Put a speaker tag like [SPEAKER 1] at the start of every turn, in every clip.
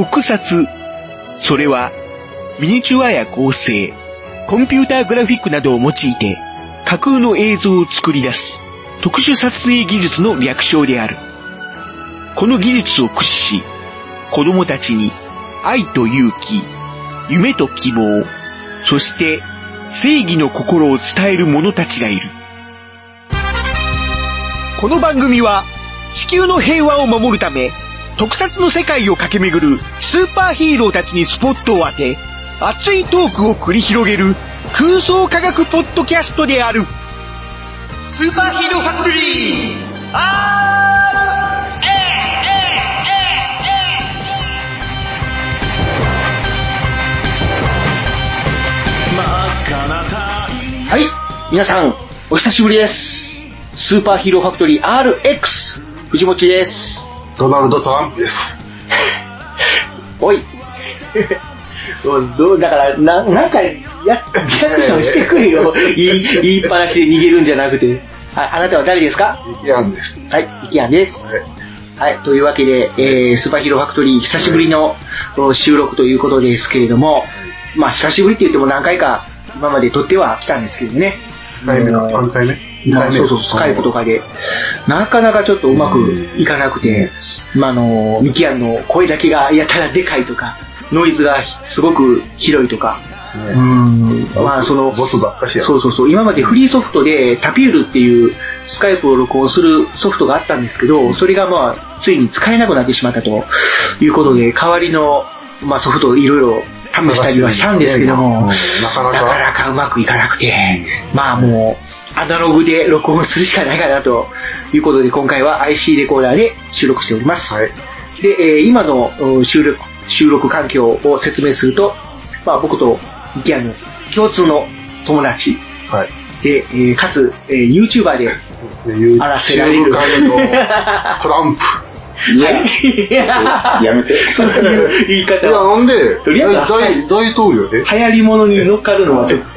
[SPEAKER 1] 特撮。それは、ミニチュアや合成、コンピューターグラフィックなどを用いて、架空の映像を作り出す、特殊撮影技術の略称である。この技術を駆使し、子供たちに愛と勇気、夢と希望、そして正義の心を伝える者たちがいる。この番組は地球の平和を守るため、特撮の世界を駆け巡るスーパーヒーローたちにスポットを当て、熱いトークを繰り広げる空想科学ポッドキャストである。スーパーヒーローファクトリー R!はい、皆さんお久しぶりです。スーパーヒーローファクトリー RX 藤持です。
[SPEAKER 2] ドナルド・トランプです。
[SPEAKER 1] おいだからなんかリアクションしてくれよ。言いっぱなしで逃げるんじゃなくて。あなたは誰ですか？
[SPEAKER 2] イキアンです。
[SPEAKER 1] はい、イキアンです。はい、というわけで、スーパーヒーローファクトリー久しぶりの収録ということですけれども、まあ久しぶりって言っても何回か今まで撮っては来たんですけどね。
[SPEAKER 2] 3回目
[SPEAKER 1] そうスカイプとかでなかなかちょっとうまくいかなくて、ミキアンの声だけがやたらでかいとか、ノイズがすごく広いとか、
[SPEAKER 2] ボスばっかしや。
[SPEAKER 1] そう今までフリーソフトでタピュールっていうスカイプを録音するソフトがあったんですけど、それがついに使えなくなってしまったということで、代わりのソフトをいろいろ試したりはしたんですけども、なかなかうまくいかなくて、もうアナログで録音するしかないかなということで、今回は IC レコーダーで収録しております。はい、で、今の収録環境を説明すると、僕とイキアンの共通の友達、はい、で、かつ、YouTuber であらせられる
[SPEAKER 2] トランプ。
[SPEAKER 1] やめて。そういう言い方は。
[SPEAKER 2] いや、なんで、とりあえず大統領で
[SPEAKER 1] 流行り物に乗っかるのはちょっと。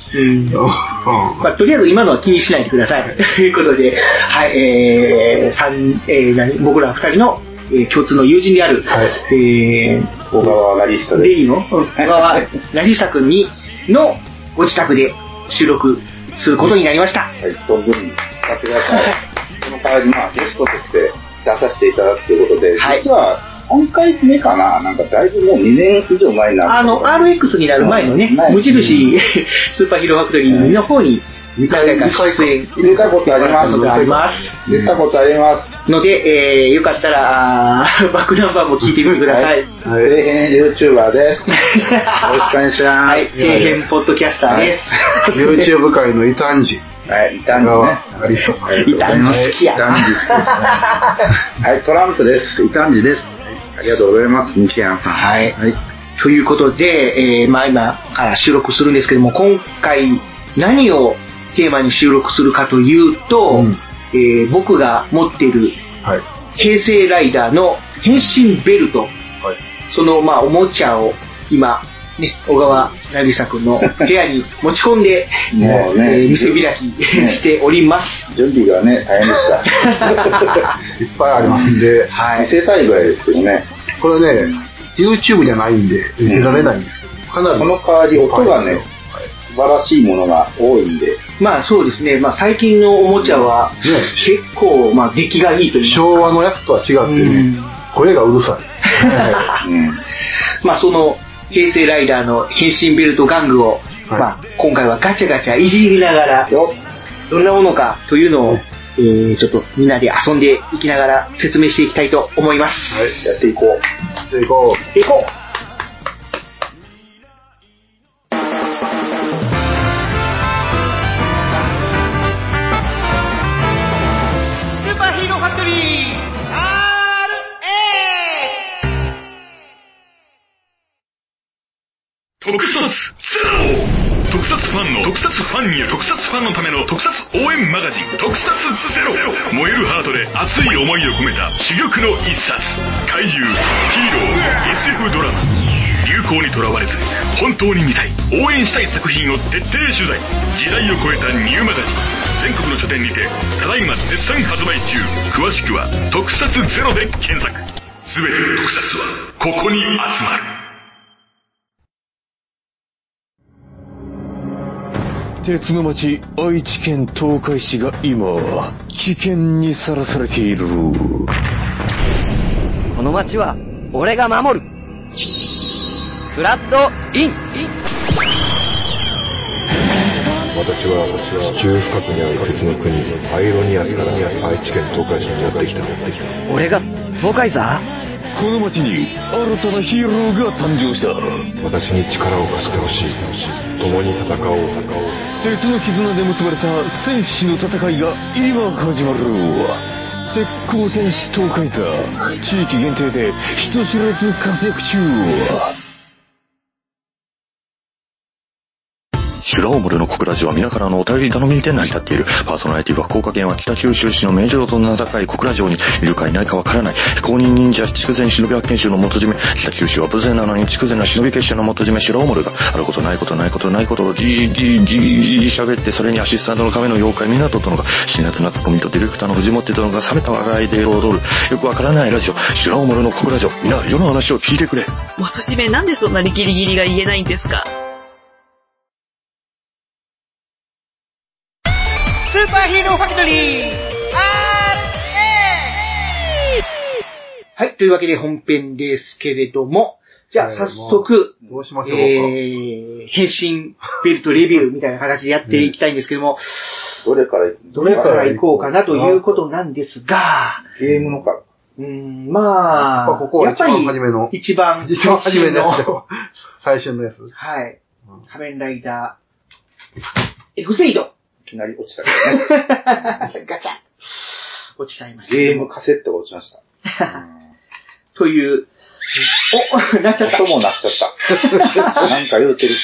[SPEAKER 1] とりあえず今のは気にしないでください。ということで、はい、僕ら二人の共通の友人である、
[SPEAKER 3] 小川成久です。
[SPEAKER 1] でいいの？小川成久くんのご自宅で収録することになりました。
[SPEAKER 3] はい、存分に使ってください。その代わりゲストとして出させていただくということで、実は3回目かな、なんかだいぶもう2年以上前になる。
[SPEAKER 1] RX になる前のね、無印スーパーヒーローファクトリーの方に何回か出演
[SPEAKER 3] 入れたことあります。入れたことあります
[SPEAKER 1] ので、よかったらバックナンバーも聞いてみてください。
[SPEAKER 3] 底辺 YouTuber です。よろしくお願いします。
[SPEAKER 1] はい、底辺ポッドキャスターです。
[SPEAKER 2] YouTube 界の異端児。
[SPEAKER 3] はい、異端児ね。
[SPEAKER 1] 異端児好きやな。
[SPEAKER 3] 異端児ですね。はい、トランプです。異端児です。ありがとうございます、ミキアンさん。
[SPEAKER 1] はい。ということで、今から収録するんですけども、今回何をテーマに収録するかというと、僕が持っている、平成ライダーの変身ベルト、そのおもちゃを今、小川成久くんの部屋に持ち込んで、もう店開きしております。
[SPEAKER 3] 準備がね、大変でした。
[SPEAKER 2] いっぱいありますんで、
[SPEAKER 3] 見せたいぐらいですけどね。
[SPEAKER 2] これね、YouTube じゃないんで見せられないんですけど、かなり
[SPEAKER 3] その代わり音がね、素晴らしいものが多いんで。
[SPEAKER 1] そうですね、最近のおもちゃは結構出来がいいというか、
[SPEAKER 2] 昭和のやつとは違ってね、声がうるさ
[SPEAKER 1] い。その平成ライダーの変身ベルト玩具を、今回はガチャガチャいじりながら、どんなものかというのを、ちょっとみんなで遊んでいきながら説明していきたいと思います。
[SPEAKER 3] はい、やっていこう。
[SPEAKER 1] スーパーヒーローファクトリー RX
[SPEAKER 4] 特撮ゼロ。特撮ファンによる特撮ファンのための特撮応援マガジン特撮ゼロ。燃えるハートで熱い思いを込めた珠玉の一冊。怪獣、ヒーロー、SF ドラマ、流行にとらわれず本当に見たい応援したい作品を徹底取材。時代を超えたニューマガジン、全国の書店にてただいま絶賛発売中。詳しくは特撮ゼロで検索。 すべての特撮はここに集まる。
[SPEAKER 5] 鉄の町愛知県東海市が今危険にさらされている。
[SPEAKER 6] この町は俺が守る。フラッドイン。
[SPEAKER 7] 私は地中深くにある鉄の国アイロニアスから愛知県東海市にやってきた。
[SPEAKER 6] 俺が東海座？
[SPEAKER 5] この町に新たなヒーローが誕生した。
[SPEAKER 7] 私に力を貸してほしい。共に戦おう。
[SPEAKER 5] 鉄の絆で結ばれた戦士の戦いが今始まる。鉄鋼戦士東海座、地域限定で人知れず活躍中。
[SPEAKER 8] 修羅オムルの小倉寺は皆からのお便り頼みで成り立っている。パーソナリティは福岡県は北九州市の名城と名高い小倉城にいるかいないかわからない公認忍者筑前忍び発見衆の元締め。北九州は無勢なのに筑前な忍び結社の元締め修羅オムルがあることないことないことないことを喋って、それにアシスタントの亀の妖怪湊殿が辛辣なツッコミとディレクターの藤本殿が冷めた笑いで彩るよくわからないラジオ修羅オムルの小倉城。みんな世の話を聞いてくれ。
[SPEAKER 9] 元締めなんでそんなにギリギリが言えないんですか？
[SPEAKER 1] スーパーヒーローファクトリー RA。 はい、というわけで本編ですけれども、じゃあ早速、
[SPEAKER 2] どうしましょうか。
[SPEAKER 1] 変身ベルトレビューみたいな形でやっていきたいんですけども、
[SPEAKER 3] どれから
[SPEAKER 1] 行こうかなということなんですが、
[SPEAKER 3] ゲームのか。
[SPEAKER 1] まあ、
[SPEAKER 2] ここは一番初めの。
[SPEAKER 1] 一番
[SPEAKER 2] 初めのやつ。最初のやつ。
[SPEAKER 1] はい。仮面ライダー、エグゼイド。
[SPEAKER 3] いきなり落ちたけどね。
[SPEAKER 1] ガチャ落ちちゃいました。
[SPEAKER 3] ゲームカセットが落ちました。
[SPEAKER 1] という、なっちゃった。
[SPEAKER 3] 音もなっちゃった。なんか言うてる。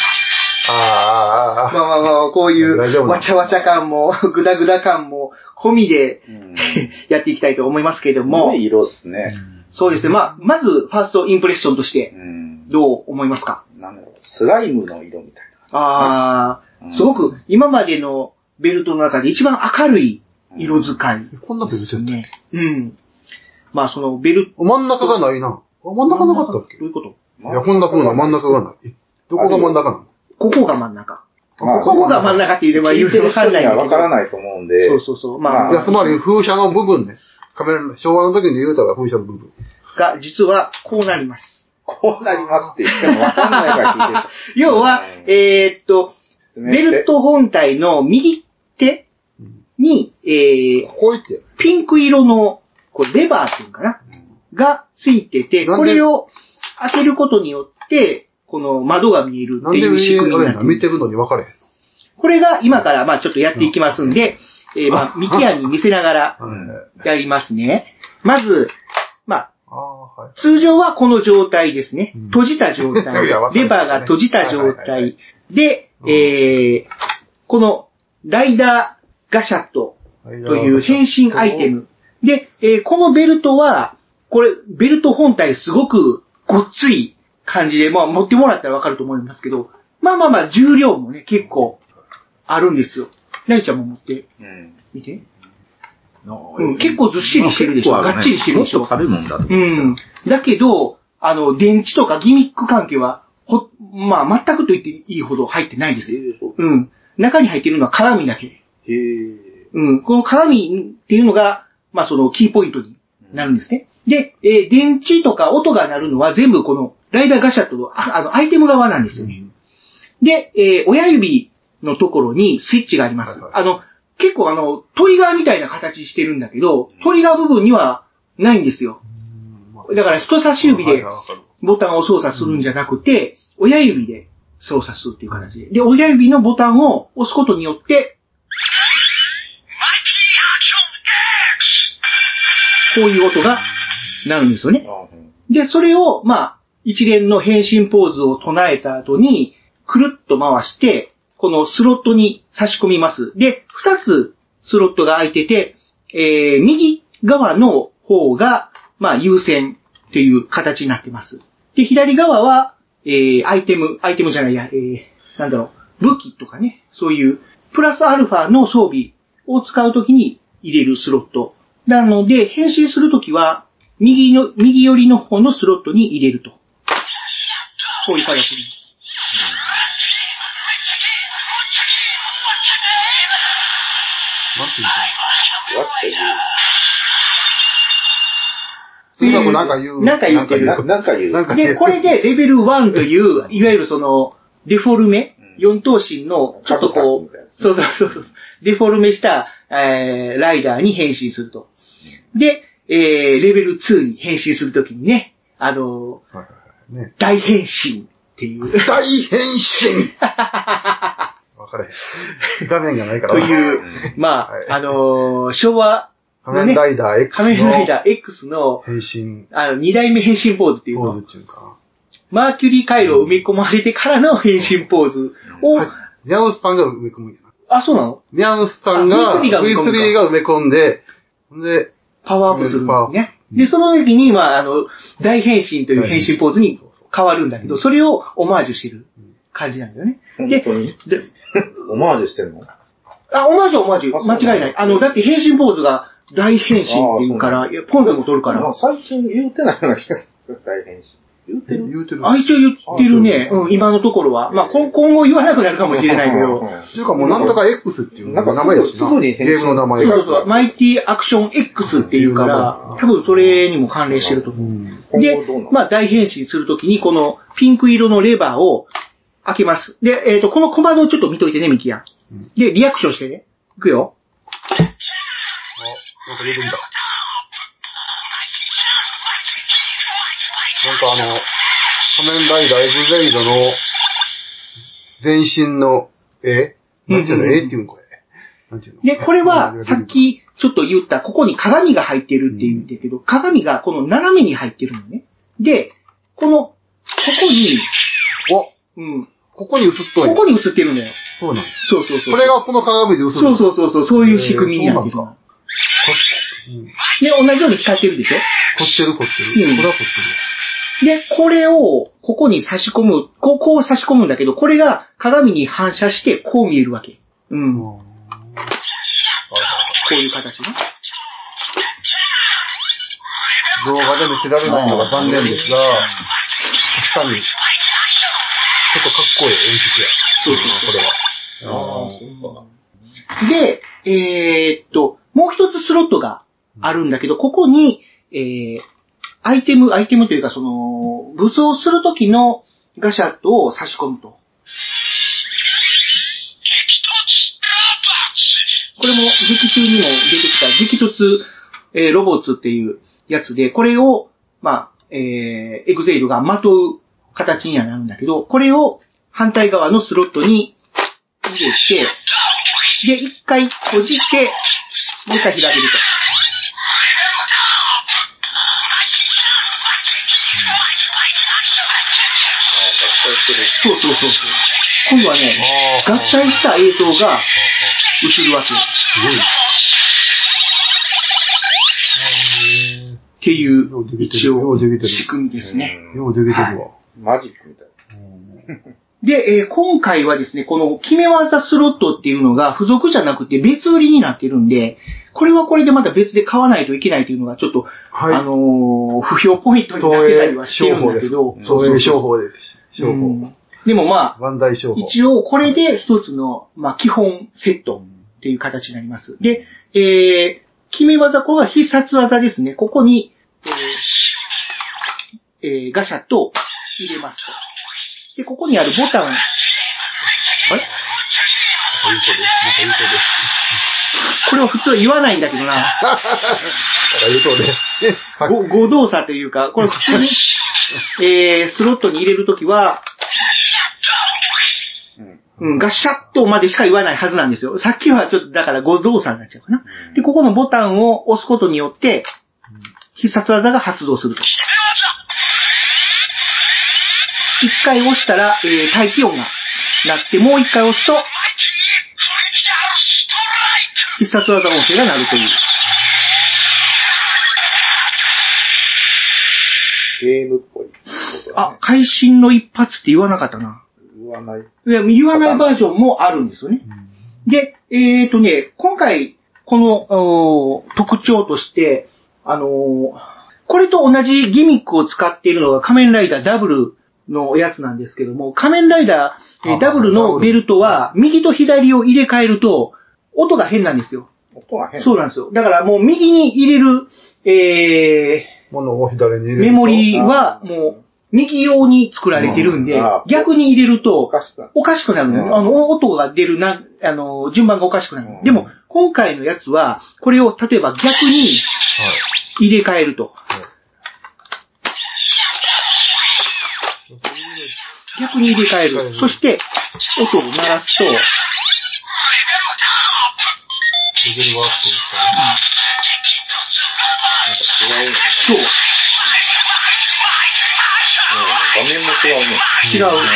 [SPEAKER 1] まあ、こういうわちゃわちゃ感も、ぐだぐだ感も込みでやっていきたいと思いますけれども。
[SPEAKER 3] すごい色っすね。
[SPEAKER 1] そうですね。まず、ファーストインプレッションとして、どう思いますか？
[SPEAKER 3] なんだろう、スライムの色みたいな。
[SPEAKER 1] すごく今までのベルトの中で一番明るい色使い、
[SPEAKER 2] こんなベルトやったっけ？
[SPEAKER 1] まあそのベルト。
[SPEAKER 2] 真ん中がないな。真ん中なかったっけ？
[SPEAKER 1] どういうこと？
[SPEAKER 2] いや、こんな風な真ん中がない。どこが真ん中なの？
[SPEAKER 1] ここが真ん中。ここが真ん中って言えば言うと分かんないんだけど。
[SPEAKER 3] わからないと思うんで。
[SPEAKER 1] そう。
[SPEAKER 2] まあ。いや、つまり風車の部分ね。昭和の時に言うたら風車の部分。
[SPEAKER 1] が、実はこうなります。
[SPEAKER 3] こうなりますって言っても分かんないから聞いてる。
[SPEAKER 1] 要は、ベルト本体の右手に、ピンク色のレバーっていうのかな、がついてて、これを当てることによって、この窓が見えるっていう仕組みになってる。
[SPEAKER 2] 見てるのに分かれへん。
[SPEAKER 1] これが今からまあちょっとやっていきますんで、まあミキヤに見せながらやりますね。まず、まあ、通常はこの状態ですね。閉じた状態。レバーが閉じた状態で、このライダーガシャットという変身アイテム。で、このベルトは、これ、ベルト本体すごくごっつい感じで、まあ持ってもらったらわかると思いますけど、まあ、重量もね、結構あるんですよ。なりちゃんも持って、見て。結構ずっしりしてるでしょ。がっちりしてるでしょ。
[SPEAKER 3] もっと軽いもんだと。
[SPEAKER 1] だけど、電池とかギミック関係は、まあ、全くと言っていいほど入ってないです。中に入っているのは鏡だけ。この鏡っていうのが、まあ、そのキーポイントになるんですね。で、電池とか音が鳴るのは全部このライダーガシャットの、アイテム側なんですよね。で、親指のところにスイッチがあります。結構トリガーみたいな形してるんだけど、トリガー部分にはないんですよ。だから人差し指でボタンを操作するんじゃなくて、親指で操作するっていう形で。で、親指のボタンを押すことによって、こういう音が鳴るんですよね。で、それを、まあ、一連の変身ポーズを唱えた後に、くるっと回して、このスロットに差し込みます。で、二つスロットが空いてて、右側の方が、まあ、優先っていう形になってます。で、左側は、アイテムじゃないや、武器とかね、そういう、プラスアルファの装備を使うときに入れるスロット。なので、変身するときは、 右寄りの方のスロットに入れると。こういう形に。
[SPEAKER 2] なんて言うの？次の子なんか言う。
[SPEAKER 1] なんか言ってる。
[SPEAKER 3] なんか言う。
[SPEAKER 1] で、これでレベル1という、いわゆるその、デフォルメ、四頭身の、ちょっとこう、そう、デフォルメした、ライダーに変身すると。で、レベル2に変身するときにね、大変身っていう。
[SPEAKER 2] 大変身わかれへん。画面がないから。
[SPEAKER 1] という、まあ、昭和、
[SPEAKER 2] 仮面ライダー X の。
[SPEAKER 1] 仮面ライダー X の、
[SPEAKER 2] 変身。
[SPEAKER 1] 二代目変身ポーズっていうの。
[SPEAKER 2] ポーズっていうか。
[SPEAKER 1] マーキュリー回路を埋め込まれてからの変身ポーズを。
[SPEAKER 2] ミャウスさんが埋め込むんや
[SPEAKER 1] な。あ、そうなの？
[SPEAKER 2] ミャウスさんが V3 が埋め込んで、で、
[SPEAKER 1] パワーアップするんだね。で、その時に、まあ、大変身という変身ポーズに変わるんだけど、それをオマージュしてる感じなんだよね。
[SPEAKER 3] で、オマージュしてるの？
[SPEAKER 1] あ、オマージュ、間違いない。だって変身ポーズが大変身っていうから、ポンズも取るから。
[SPEAKER 3] 最近言うてないような気がする。大変身。言うてる。
[SPEAKER 1] あ、一応言ってるね。今のところは。まあ、今後言わなくなるかもしれないけど。
[SPEAKER 2] っていうかもうなんとか X っていう名前やしな。ゲームの名前が。
[SPEAKER 1] そう。マイティアクション X っていうから、多分それにも関連してると思う。で、まあ、大変身するときに、このピンク色のレバーを開けます。で、このコマンドをちょっと見といてね、ミキヤ。で、リアクションしてね。いくよ。
[SPEAKER 2] なんか出てきた。なんか仮面ライダーエグゼイドの全身の絵なんていうの？絵っていうのこれ。なんていうの？
[SPEAKER 1] で、これはさっきちょっと言った、ここに鏡が入ってるって言うんだけど、鏡がこの斜めに入ってるのね。で、ここに、
[SPEAKER 2] ここに映っとんや。
[SPEAKER 1] ここに映ってるんだよ。
[SPEAKER 2] そうなん
[SPEAKER 1] そう。
[SPEAKER 2] これがこの鏡で映る。
[SPEAKER 1] そういう仕組みになってる。で、同じように光ってるでしょ？
[SPEAKER 2] 凝ってる。これは凝ってる。
[SPEAKER 1] で、これを、ここに差し込む、こう差し込むんだけど、これが鏡に反射して、こう見えるわけ。こういう形ね。
[SPEAKER 2] 動画で見せられないのが残念ですが、確かに、ちょっとかっこいい演出や。これは。
[SPEAKER 1] で、もう一つスロットがあるんだけど、ここに、アイテムというか、武装するときのガシャットを差し込むと。これも劇中にも出てきた激突、ロボッツっていうやつで、これを、まあ、エグゼイドがまとう形にはなるんだけど、これを反対側のスロットに入れて、で、一回閉じて、もう一回開けると。そう。今度はね、合体した映像が映るわけ。すごい。っていう、一応、仕組みですね。
[SPEAKER 2] ようできてるわ。
[SPEAKER 3] マジックみたい
[SPEAKER 1] な。で、今回はですね、この決め技スロットっていうのが付属じゃなくて別売りになってるんで、これはこれでまた別で買わないといけないというのがちょっと、不評ポイントになってたりはしてるんだけど。
[SPEAKER 2] 東映商法です。商法。
[SPEAKER 1] でもまあ、
[SPEAKER 2] 一
[SPEAKER 1] 応これで一つの、まあ、基本セットっていう形になります。で、決め技、これが必殺技ですね。ここに、ガシャットを入れますと。で、ここにあるボタン、あれ？
[SPEAKER 2] なんか言うとです。
[SPEAKER 1] これは普通は言わないんだけどな。
[SPEAKER 2] 言うとです。
[SPEAKER 1] 誤動作というか、これ普通に、スロットに入れるときは、ガシャッとまでしか言わないはずなんですよ。さっきはちょっとだから誤動作になっちゃうかな。で、ここのボタンを押すことによって、必殺技が発動すると。一回押したら、待機音が鳴って、もう一回押すと、必殺技音声が鳴るという。
[SPEAKER 3] ゲームっぽい。
[SPEAKER 1] あ、会心の一発って言わなかったな。
[SPEAKER 3] 言わない
[SPEAKER 1] バージョンもあるんですよね。で、今回、この、特徴として、 これと同じギミックを使っているのが仮面ライダーダブルのやつなんですけども、仮面ライダーダブルのベルトは右と左を入れ替えると音が変なんですよ。
[SPEAKER 3] 音が変？
[SPEAKER 1] そうなんですよ。だからもう右に入れる、
[SPEAKER 2] ものを左に入れると
[SPEAKER 1] メモリーはもう右用に作られてるんで、逆に入れるとおかしくなるのよ。音が出る順番がおかしくなる。でも今回のやつはこれを例えば逆に入れ替えると。逆に入れ替える。そして、音を鳴らすと、レベルがアップですかね。なんか違う。そう。
[SPEAKER 3] 画面も違うね。
[SPEAKER 1] 違う。画面が違う。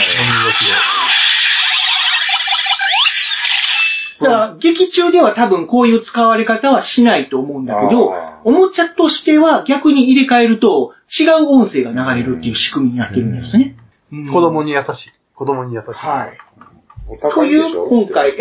[SPEAKER 1] だから、劇中では多分こういう使われ方はしないと思うんだけど、おもちゃとしては逆に入れ替えると違う音声が流れるっていう仕組みになってるんですね。
[SPEAKER 2] 子供に優しい。子供に優しい。
[SPEAKER 1] はい。という今回、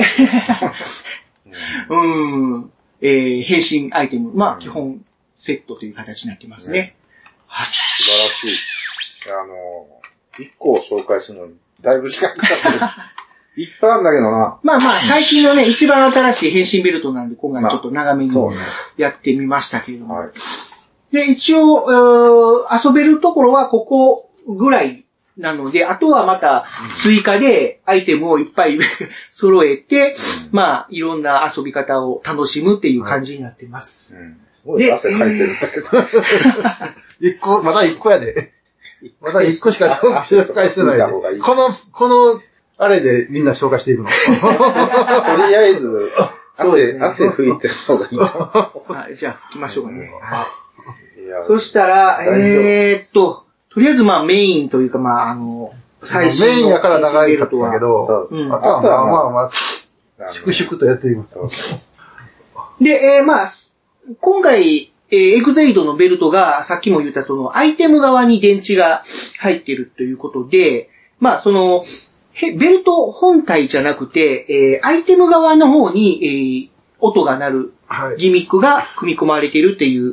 [SPEAKER 1] 変身アイテム、まあ基本セットという形になってますね。
[SPEAKER 3] はい。素晴らしい。1個を紹介するのにだいぶ時間かかってる。いっぱいあるんだけどな。
[SPEAKER 1] まあまあ、最近のね、一番新しい変身ベルトなんで、今回ちょっと長めにやってみましたけれども。はい、で、一応、遊べるところはここぐらいなので、あとはまた追加でアイテムをいっぱい揃えて、まあ、いろんな遊び方を楽しむっていう感じになってます。
[SPEAKER 3] で、汗かいてるんだけど。
[SPEAKER 2] まだ1個やで。まだ1個しか紹介してないで。この、あれでみんな紹介していくの。と
[SPEAKER 3] りあえず、汗拭いてる方がいい
[SPEAKER 1] はい。じゃあ、拭きましょうかね。はい。そしたら、とりあえずまあメインというかまあ最初の
[SPEAKER 2] メインやから長いかったけど、あとはまあ、粛々とやっていきます。
[SPEAKER 1] で、まあ、今回、エグゼイドのベルトがさっきも言ったそのアイテム側に電池が入っているということで、まあベルト本体じゃなくて、アイテム側の方に、音が鳴るギミックが組み込まれているっていう、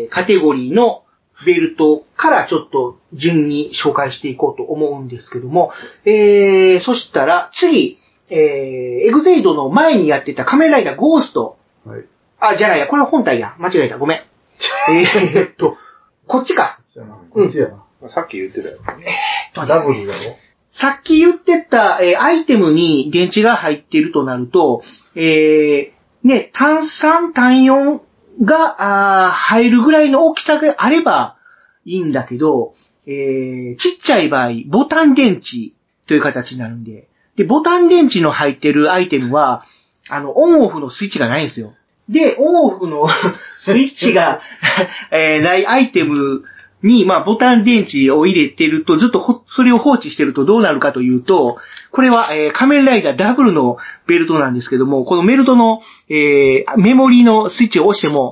[SPEAKER 1] カテゴリーのベルトからちょっと順に紹介していこうと思うんですけども、そしたら次、エグゼイドの前にやってた仮面ライダーゴースト。はい、じゃないや、これは本体や。間違えた。ごめん。こっちか。
[SPEAKER 2] こっちや
[SPEAKER 3] な。さっき言ってたよ。
[SPEAKER 2] ダブルだろ？
[SPEAKER 1] さっき言ってた、アイテムに電池が入っているとなると、単3、単4が入るぐらいの大きさがあればいいんだけど、ちっちゃい場合、ボタン電池という形になるんで、ボタン電池の入ってるアイテムは、オンオフのスイッチがないんですよ。で、オンオフのスイッチがないアイテムに、まあ、ボタン電池を入れてると、ずっとそれを放置してるとどうなるかというと、これは、仮面ライダーダブルのベルトなんですけども、このベルトの、メモリーのスイッチを押しても、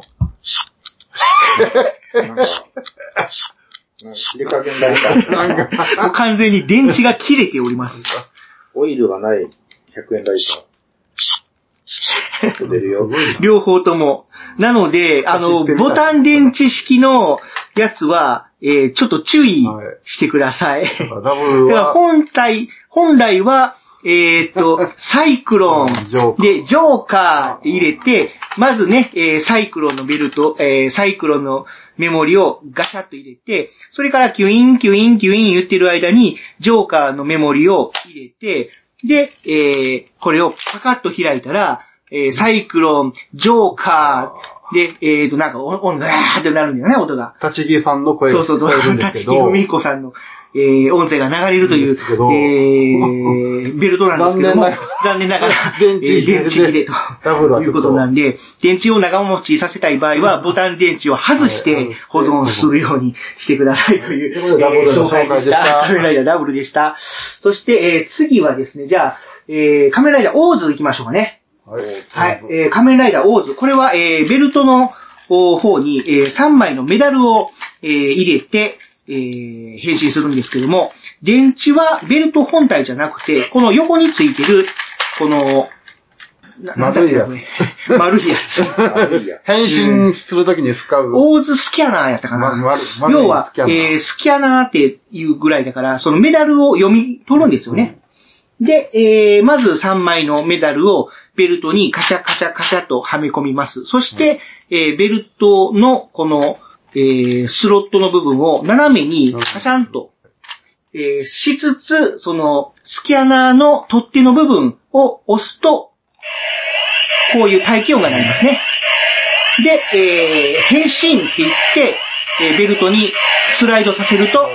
[SPEAKER 3] 切れ加減だね。
[SPEAKER 1] もう完全に電池が切れております。
[SPEAKER 3] オイルがない100円ライター。出るよ。
[SPEAKER 1] 両方とも。なので、ボタン電池式のやつは、ちょっと注意してください。
[SPEAKER 2] ダブルは
[SPEAKER 1] 本来は、サイクロンで、ジョーカーって入れて、まずね、サイクロンのベルト、サイクロンのメモリをガシャッと入れて、それからキュイン、キュイン、キュイン言ってる間に、ジョーカーのメモリを入れて、で、これをパカッと開いたら、サイクロン、ジョーカーで、なんか、音がーってなるんだよね、音が。
[SPEAKER 2] 立木さんの声が聞こえるんですけど。
[SPEAKER 1] 立木文彦さんの、音声が流れるという、ベルトなんですけども、残念ながら、電池切れということなんで、電池を長持ちさせたい場合は、ボタン電池を外して保存するようにしてくださいという、紹介でした。仮面ライダーダブルでした。そして、次はですね、じゃあ、仮面ライダーオーズ行きましょうかね。はい。仮面ライダーオーズ。これは、ベルトの方に、3枚のメダルを、入れて、変身するんですけども、電池はベルト本体じゃなくて、この横についてる、この、
[SPEAKER 2] 丸いやつ。
[SPEAKER 1] 丸いやつ。
[SPEAKER 2] 変身するときに使う。
[SPEAKER 1] オーズスキャナーやったかな。要は、スキャナーっていうぐらいだから、そのメダルを読み取るんですよね。で、まず3枚のメダルをベルトにカチャカチャカチャとはめ込みます。そして、ベルトのこの、スロットの部分を斜めにカシャンと、しつつ、そのスキャナーの取っ手の部分を押すと、こういう排気音が鳴りますね。で、変身って言って、ベルトにスライドさせると、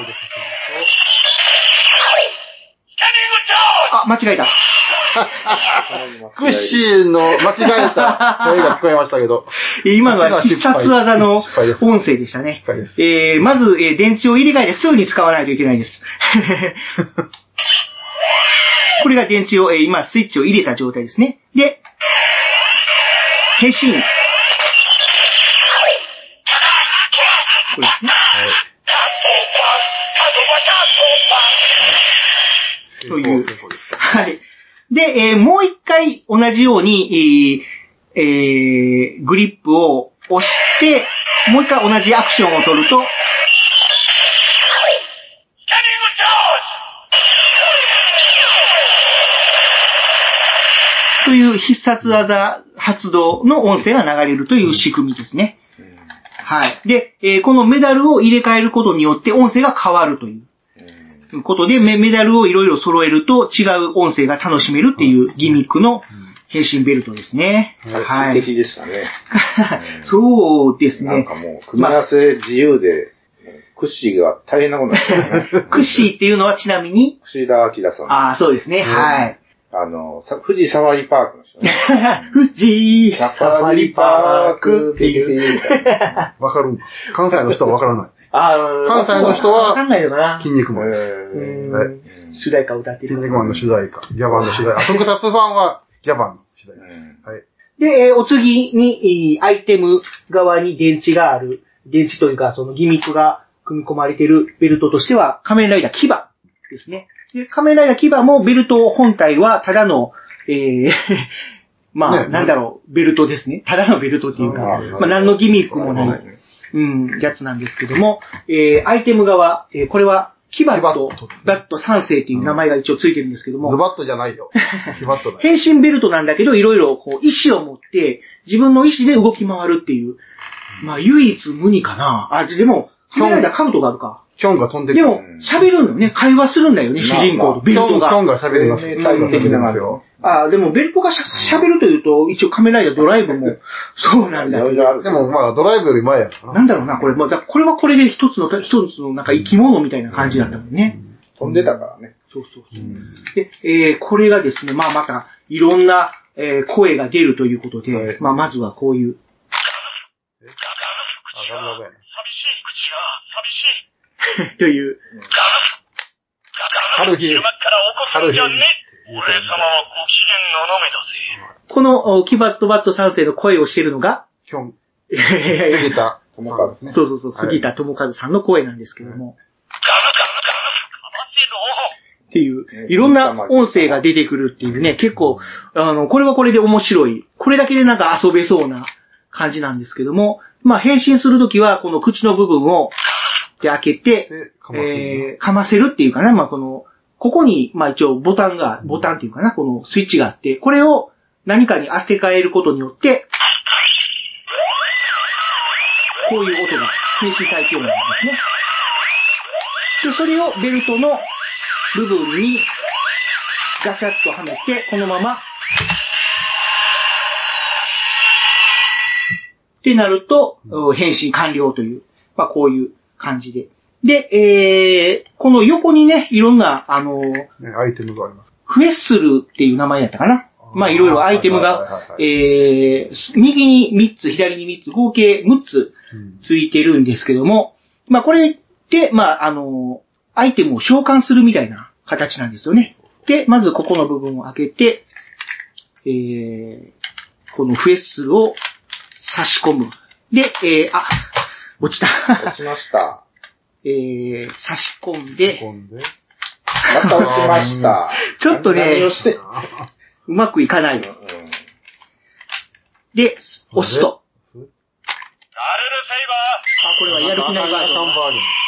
[SPEAKER 1] あ、間違えた。
[SPEAKER 2] クッシーの間違えた声が聞こえましたけど。
[SPEAKER 1] 今のは必殺技の音声でしたね。まず、電池を入れ替えてすぐに使わないといけないです。これが電池を、今スイッチを入れた状態ですね。で、変身。これですね。という。はい。で、もう一回同じように、グリップを押して、もう一回同じアクションを取ると、という必殺技発動の音声が流れるという仕組みですね。はい。で、このメダルを入れ替えることによって音声が変わるということで、メダルをいろいろ揃えると違う音声が楽しめるっていうギミックの変身ベルトですね。
[SPEAKER 3] はい。素敵でしたね。
[SPEAKER 1] そうですね。
[SPEAKER 3] なんかもう、組み合わせ自由で、クッシーが大変なことになってますね。
[SPEAKER 1] クッシーっていうのはちなみに
[SPEAKER 3] 串田明さん。
[SPEAKER 1] ああ、そうですね。はい。
[SPEAKER 3] 富士サファリパークの人ね。
[SPEAKER 1] 富士サファリパークっていう。
[SPEAKER 2] わかる。関西の人はわからない。
[SPEAKER 1] 関
[SPEAKER 2] 西の人は、
[SPEAKER 1] わかんないのかな。
[SPEAKER 2] 筋肉マンです。
[SPEAKER 1] 主題歌を歌ってる。
[SPEAKER 2] 筋肉マンの主題歌。ギャバンの主題歌。特撮ファンはギャバンの主題歌です。はい。
[SPEAKER 1] で、お次に、アイテム側に電池がある。電池というか、そのギミックが組み込まれているベルトとしては、仮面ライダーキバですね。で、仮面ライダーキバもベルト本体はただの、まあ、なんだろう、ベルトですね。ただのベルトっていうか、まあ、何のギミックもない、やつなんですけども、アイテム側、これは、キバット、バット3世っていう名前が一応ついてるんですけども。
[SPEAKER 2] ズバットじゃないよ。キバットだよ。
[SPEAKER 1] 変身ベルトなんだけど、いろいろこう、意志を持って、自分の意志で動き回るっていう、まあ、唯一無二かな。あ、でも、仮面ライダーカブトがあるか。
[SPEAKER 2] キョンが飛んでる。
[SPEAKER 1] でも、喋るのね、会話するんだよね、主人公とベルトが。
[SPEAKER 2] キョンが喋ります。キョンが喋りますよ。
[SPEAKER 1] でもベルトが喋るというと、一応仮面ライダードライブも、そうなんだけど。
[SPEAKER 2] でもまあ、ドライブより前や
[SPEAKER 1] な。なんだろうな、これ。これはこれで一つのなんか生き物みたいな感じだったもんね。
[SPEAKER 3] 飛んでたからね。
[SPEAKER 1] そう。で、これがですね、まあまた、いろんな、声が出るということで、まあまずはこういう。という。
[SPEAKER 2] 春日。
[SPEAKER 1] このキバットバット3世の声をしているのが、
[SPEAKER 2] キョン。杉田智和ですね。
[SPEAKER 1] そう、杉田智和さんの声なんですけども。っていう、いろんな音声が出てくるっていうね、結構、これはこれで面白い。これだけでなんか遊べそうな感じなんですけども、まあ変身するときは、この口の部分を、で開けて、かませるっていうかな、まあここに、まあ一応ボタンっていうかな、このスイッチがあって、これを何かに当て替えることによって、こういう音が変身体系音なんですね。で、それをベルトの部分にガチャッとはめて、このまま、ってなると、変身完了という、まあこういう感じで。で、この横にね、いろんな、
[SPEAKER 2] アイテムがあります。
[SPEAKER 1] フェッスルっていう名前だったかな。まあいろいろアイテムが、右に3つ、左に3つ、合計6つついてるんですけども、まあこれで、まあアイテムを召喚するみたいな形なんですよね。で、まずここの部分を開けて、このフェッスルを差し込む。で、落ちた。
[SPEAKER 3] 落ちました。
[SPEAKER 1] 差し込んで。
[SPEAKER 3] また落ちました。
[SPEAKER 1] ちょっとね、
[SPEAKER 3] 何をして
[SPEAKER 1] うまくいかない。 で、押すと。あ、これはやる気ないバージョン。
[SPEAKER 2] アカンバージョン。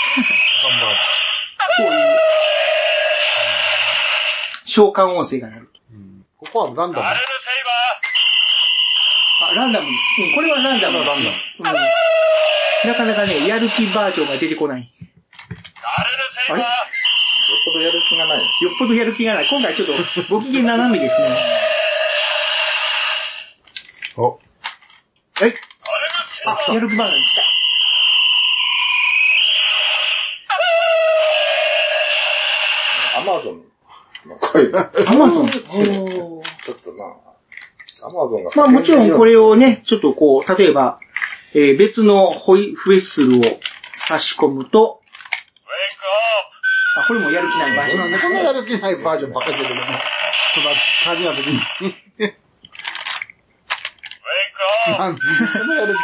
[SPEAKER 1] こういう、召喚音声が鳴ると。
[SPEAKER 2] ここはランダム。
[SPEAKER 1] あ、ランダム。これはランダム。なかなかね、やる気バージョンが出てこない。あれ？
[SPEAKER 3] よっぽどやる気がない。
[SPEAKER 1] よっぽどやる気がない。今回ちょっとご機嫌斜めですね。
[SPEAKER 2] お。はい。
[SPEAKER 1] あ、やる気バージョン来
[SPEAKER 3] た。アマゾンの声。
[SPEAKER 1] アマゾン
[SPEAKER 3] ちょっとな、アマゾンが。
[SPEAKER 1] まあもちろんこれをね、ちょっとこう、例えば、別のホイッスルを差し込むと、あ、これもやる気ないバージョン。
[SPEAKER 2] なんでこんなやる気ないバージョンばっかり出てるの？こんな感じな時に。なんでこんなやる気ないバージョンばっかり。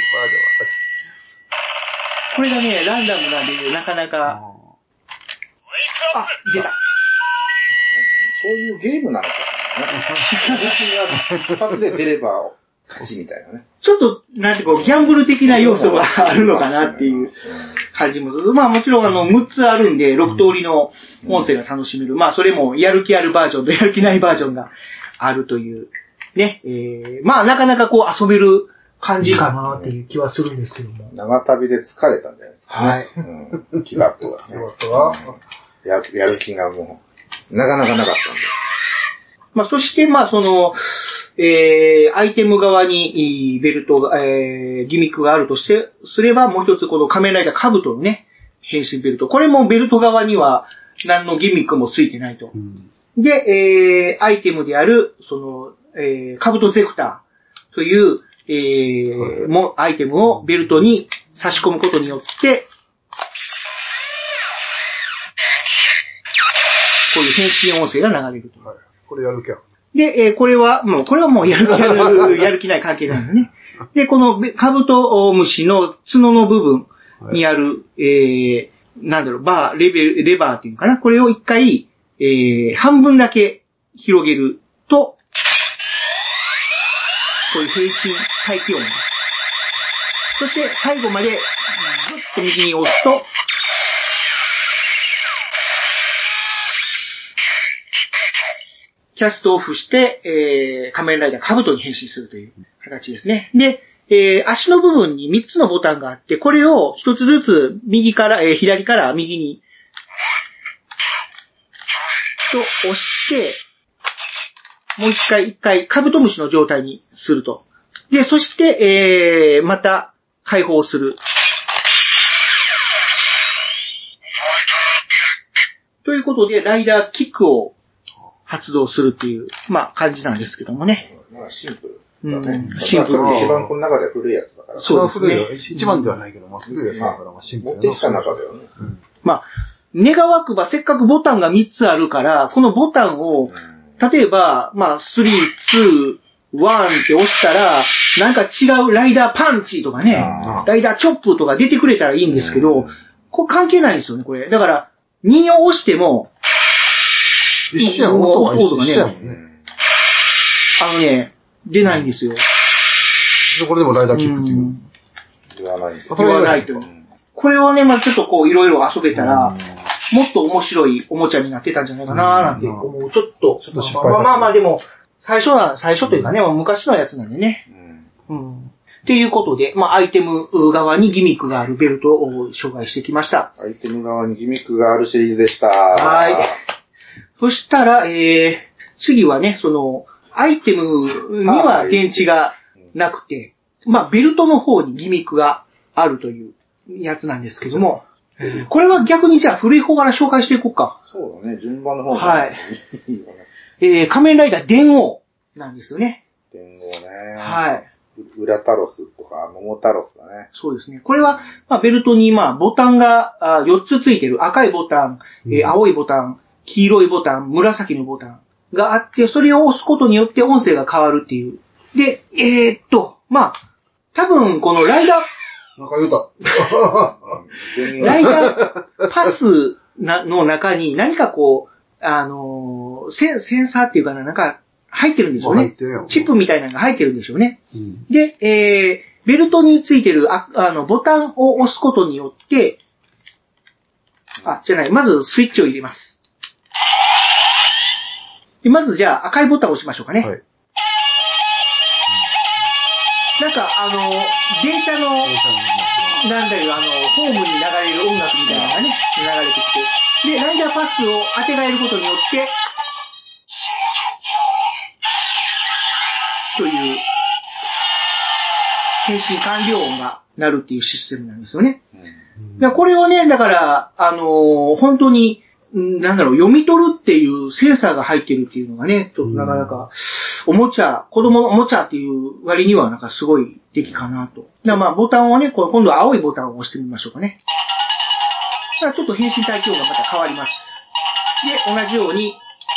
[SPEAKER 1] これがね、ランダムなんで、なかなか、あ、出た。
[SPEAKER 3] そういうゲームなのかな。一発で出れば勝ちみたいなね。
[SPEAKER 1] ちょっと、なんてこう、ギャンブル的な要素があるのかなっていう感じも。まあもちろん6つあるんで、6通りの音声が楽しめる。まあそれも、やる気あるバージョンとやる気ないバージョンがあるという、ね。まあなかなかこう遊べる感じかなっていう気はするんですけども。
[SPEAKER 3] 長旅で疲れたんじゃないですかね。はい。気がとはね。やる気がもう、なかなかなかったんで。
[SPEAKER 1] まあそして、まあその、アイテム側にベルトが、ギミックがあるとすれば、もう一つこの仮面ライダーカブトのね、変身ベルト。これもベルト側には何のギミックもついてないと。で、アイテムである、その、カブトゼクターという、アイテムをベルトに差し込むことによって、こういう変身音声が流れると。
[SPEAKER 2] はい、これやる気ある。
[SPEAKER 1] で、これはもうやる気ない関係ないのね。で、このカブトムシの角の部分にある、なんだろう、レバーっていうのかな。これを一回、半分だけ広げると、こういう変身待機音。そして最後までぐっと右に押すと、キャストオフして、仮面ライダーカブトに変身するという形ですね。で、足の部分に3つのボタンがあって、これを1つずつ右から、左から右に、と押して、もう一回、カブトムシの状態にすると。で、そして、また解放する。ということで、ライダーキックを発動するっていう、まあ、感じなんですけどもね。
[SPEAKER 3] まあ、シンプルだね。
[SPEAKER 1] シンプルで。
[SPEAKER 3] 一番この中で古いやつだから。
[SPEAKER 1] そうですね。
[SPEAKER 2] 一番ではないけど、まあ、古いやつだから、まあ、シンプル
[SPEAKER 3] 持ってきた中ではね。
[SPEAKER 1] まあ、願わくばせっかくボタンが3つあるから、このボタンを、例えば、まあ、3、2、1って押したら、なんか違うライダーパンチとかね、ライダーチョップとか出てくれたらいいんですけど、これ関係ないんですよね、これ。だから、2を押しても、
[SPEAKER 2] 一緒やん、音が一緒やもんね。
[SPEAKER 1] 出ないんですよ。
[SPEAKER 2] これでもライダーキックっていう。
[SPEAKER 3] 言わない
[SPEAKER 1] と。これをね、まあちょっとこう、いろいろ遊べたら、もっと面白いおもちゃになってたんじゃないかなーなんて思う。ちょっと失敗。まあでも、最初というかね、昔のやつなんでね。っていうことで、まあアイテム側にギミックがあるベルトを紹介してきました。
[SPEAKER 3] アイテム側にギミックがあるシリーズでした。
[SPEAKER 1] はい。そしたら、次はね、その、アイテムには電池がなくて、まあベルトの方にギミックがあるというやつなんですけども、これは逆にじゃあ古い方から紹介していこうか。
[SPEAKER 3] そうだね、順番の方が。
[SPEAKER 1] はい。仮面ライダー電王なんですよね。
[SPEAKER 3] 電王ね。
[SPEAKER 1] はい。
[SPEAKER 3] ウラタロスとか桃タロスだね。
[SPEAKER 1] そうですね。これは、まあ、ベルトに、まあ、ボタンが4つついてる。赤いボタン、青いボタン、黄色いボタン、紫のボタンがあって、それを押すことによって音声が変わるっていう。で、まあ、多分、このライダー、
[SPEAKER 2] なんか言うた。
[SPEAKER 1] ライダーパスの中に何かこう、センサーっていうかな、なんか入ってるんでしょうね。チップみたいなのが入ってるんでしょうね。
[SPEAKER 2] うん、
[SPEAKER 1] で、ベルトについてるボタンを押すことによって、まずスイッチを入れます。でまずじゃあ赤いボタンを押しましょうかね。はい、なんか電車の、なんだよ、ホームに流れる音楽みたいなのがね、流れてきて、で、ライダーパスを当てられることによって、という、変身完了音が鳴るっていうシステムなんですよね。これをね、だから、本当に、読み取るっていうセンサーが入ってるっていうのがね、ちょっとなかなか、子供のおもちゃっていう割にはなんかすごい出来かなと。ボタンをね、今度は青いボタンを押してみましょうかね。ちょっと変身帯強がまた変わります。で、同じように、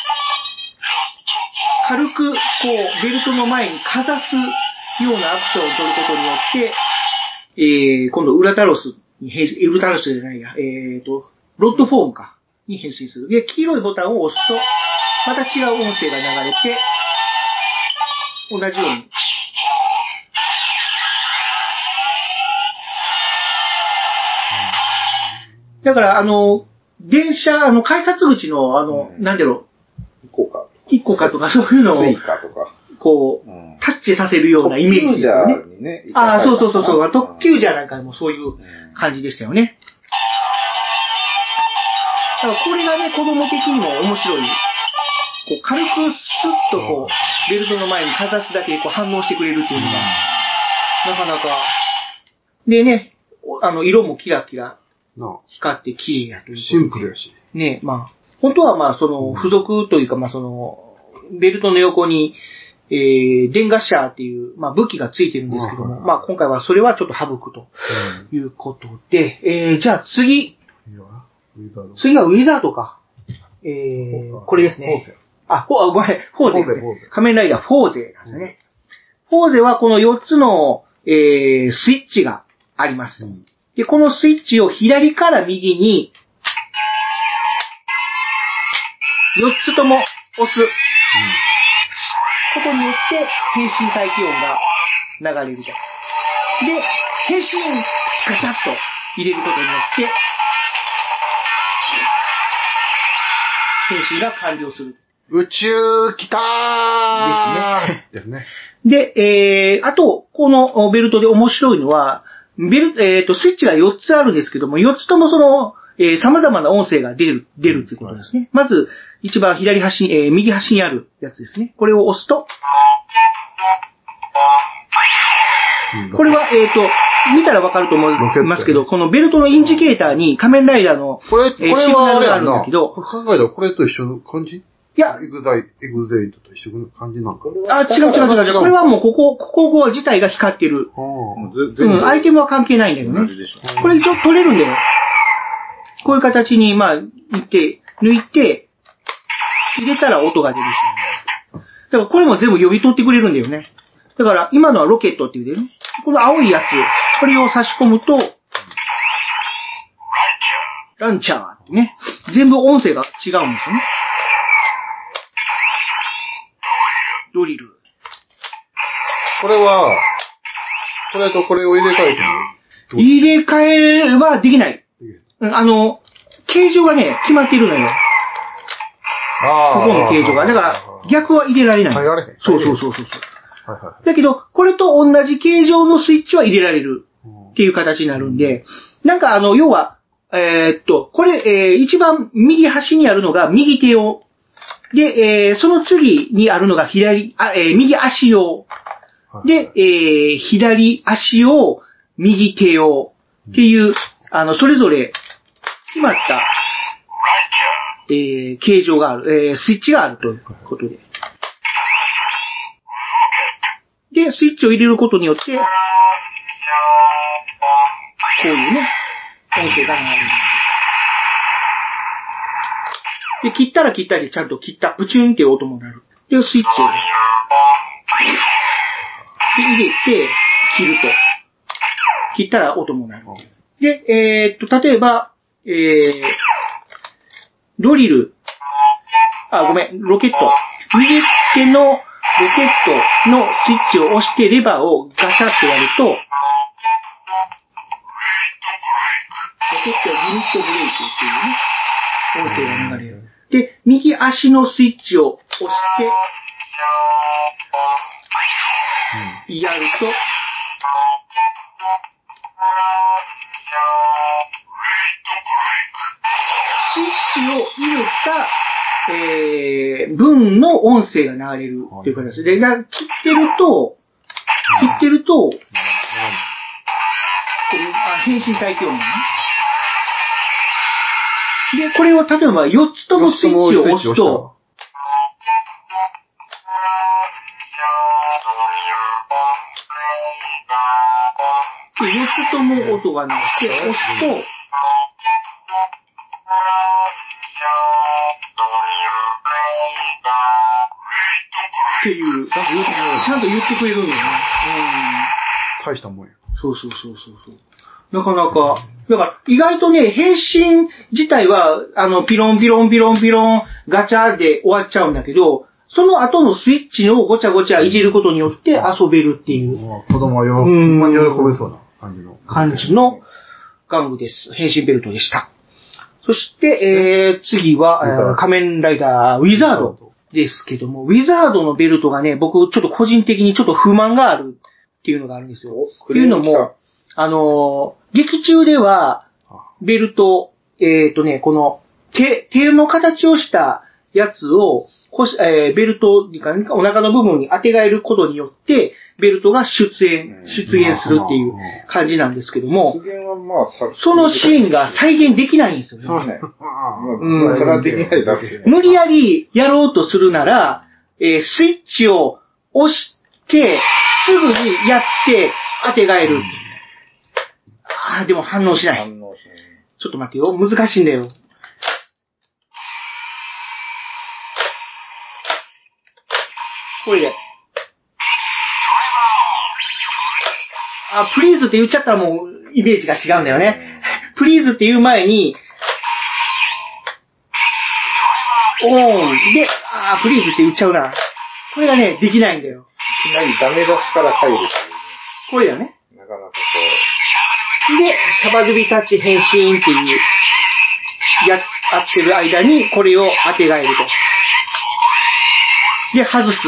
[SPEAKER 1] 軽く、ベルトの前にかざすようなアクションを取ることによって、今度ウルタロスじゃないや、ロッドフォームか、に変身する。で、黄色いボタンを押すと、また違う音声が流れて、同じように。だから、電車、改札口の、一個かとか、そういうのを、
[SPEAKER 3] スイカとか。
[SPEAKER 1] タッチさせるようなイメージですよね。そう。特急ジャーなんかもそういう感じでしたよね。だからこれがね、子供的にも面白い。軽くスッとベルトの前にかざすだけで反応してくれるっていうのが、なかなか。でね、色もキラキラ光って綺麗やという。
[SPEAKER 2] シンプルやし。
[SPEAKER 1] ね、本当は付属というか、ベルトの横に、電ガッシャーっていう、武器がついてるんですけども、今回はそれはちょっと省くということで、じゃあ次はウィザードか。これですね。ごめん、フォーゼですね。仮面ライダーフォーゼなんですね。フォーゼはこの4つの、スイッチがあります。で、このスイッチを左から右に、4つとも押す。ことによって変身待機音が流れると。で、変身ガチャッと入れることによって、変身が完了する。
[SPEAKER 2] 宇宙来たーですね。
[SPEAKER 1] で、あと、このベルトで面白いのは、スイッチが4つあるんですけども、4つとも様々な音声が出るっていうことですね。まず、一番右端にあるやつですね。これを押すと、これは、見たらわかると思いますけど、このベルトのインジケーターに仮面ライダーの、
[SPEAKER 2] これ
[SPEAKER 1] シグナルがあるんだけど、
[SPEAKER 2] 考えたらこれと一緒の感じ？いや、エグゼイトと一緒の感じなんか。
[SPEAKER 1] 違う。これはもうここ自体が光ってる。アイテムは関係ないんだよね。これ一応取れるんだよ。こういう形に、抜いて、入れたら音が出るし。だからこれも全部呼び取ってくれるんだよね。だから今のはロケットっていうね。この青いやつ、これを差し込むと、ランチャーってね。全部音声が違うんですよね。ドリル。
[SPEAKER 2] これは、これとこれを入れ替えても
[SPEAKER 1] 入れ替えはできない。形状がね、決まってるのよ。ここの形状が。だから、逆は入れられない。
[SPEAKER 2] 入られへん。
[SPEAKER 1] そう。だけど、これと同じ形状のスイッチは入れられるっていう形になるんで、なんか要は、これ、一番右端にあるのが右手用。で、その次にあるのが右足用。で、左足用、右手用っていう、それぞれ決まった、形状がある、スイッチがあるということで。で、スイッチを入れることによって、こういうね、音声が流れる。で、切ったら切ったでちゃんと切った、プチュンっていう音も鳴る。で、スイッチを、で、入れて、切ると。切ったら音も鳴る。で、例えば、ドリル、ロケット。 右手のロケットのスイッチを押してレバーをガチャッとやると、ロケットはリミットブレーキっていうね、音声が流れる。で、右足のスイッチを押して、やると、スイッチを入れた、分の音声が流れるっていう形で、切ってると、変身体響音ね。で、これを例えば4つともスイッチを押すと、で4つとも音が鳴って押すと、っていう、ちゃんと言ってくれるんだよね。
[SPEAKER 2] 大したもんや。
[SPEAKER 1] そう。なかなか、だから意外とね、変身自体は、ピロンガチャで終わっちゃうんだけど、その後のスイッチをごちゃごちゃいじることによって遊べるっていう。
[SPEAKER 2] 子供は喜べそうな
[SPEAKER 1] 感じの玩具です。変身ベルトでした。そして、次は、仮面ライダーウィザードですけども、ウィザードのベルトがね、僕ちょっと個人的にちょっと不満があるっていうのがあるんですよ。っていうのも、劇中では、ベルト、この手の形をしたやつを、ベルトにお腹の部分に当てがえることによって、ベルトが出現するっていう感じなんですけども、そのシーンが再現できないんですよね。無理やりやろうとするなら、スイッチを押して、すぐにやって当てがえる。でも反応しない。ちょっと待ってよ。難しいんだよ。これで。プリーズって言っちゃったらもうイメージが違うんだよね。プリーズって言う前に、オンで、プリーズって言っちゃうな。これがね、できないんだよ。
[SPEAKER 3] いきなりダメ出しから入る。
[SPEAKER 1] これだね。
[SPEAKER 3] なかなか
[SPEAKER 1] で、シャバドゥビタッチ変身っていう、やってる間にこれを当てがえると。で、外す。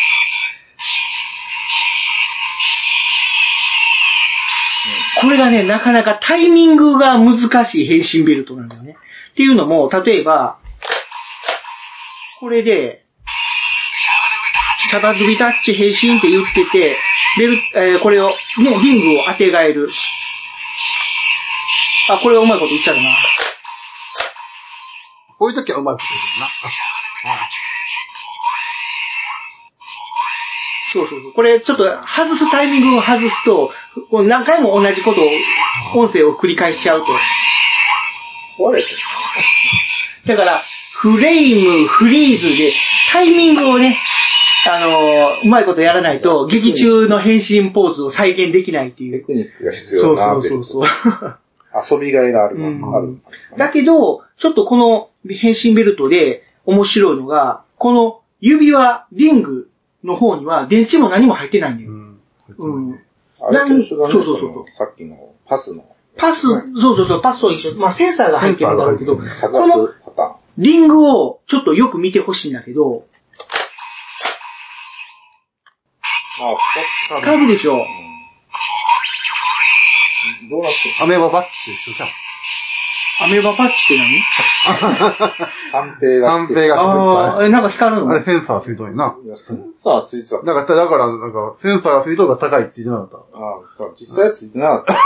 [SPEAKER 1] これがね、なかなかタイミングが難しい変身ベルトなんだよね。っていうのも、例えば、これで、シャバドゥビタッチ変身って言ってて、これを、ね、リングを当てがえる。これはうまいこと言っちゃうな。
[SPEAKER 2] こういう時はうまいこと言うな。
[SPEAKER 1] そう。これちょっと外すタイミングを外すと、何回も同じことを、音声を繰り返しちゃうと。だから、フレイム、フリーズで、タイミングをね、うまいことやらないと、劇中の変身ポーズを再現できないっていう。
[SPEAKER 3] テクニックが必要な。
[SPEAKER 1] そう。
[SPEAKER 3] 遊びがいがある。
[SPEAKER 1] だけど、ちょっとこの変身ベルトで面白いのが、この指輪、リングの方には電池も何も入ってないんだよ。
[SPEAKER 3] あれと一緒だね。そう。さっきのパスの。
[SPEAKER 1] パスと一緒。センサーが入ってるんだろうけど、この
[SPEAKER 3] パターン。
[SPEAKER 1] リングをちょっとよく見てほしいんだけど、光るでしょ。
[SPEAKER 3] どうなってる？
[SPEAKER 2] アメーババッチと一緒じゃん。
[SPEAKER 1] アメーババッチって何？
[SPEAKER 3] 判定が
[SPEAKER 2] ついてた。
[SPEAKER 1] なんか光るの？
[SPEAKER 2] あれセンサーついとんやな。
[SPEAKER 3] センサーついてた。
[SPEAKER 2] だからセンサーがついとんが高いって言ってなか
[SPEAKER 3] った。実際はついてなかった。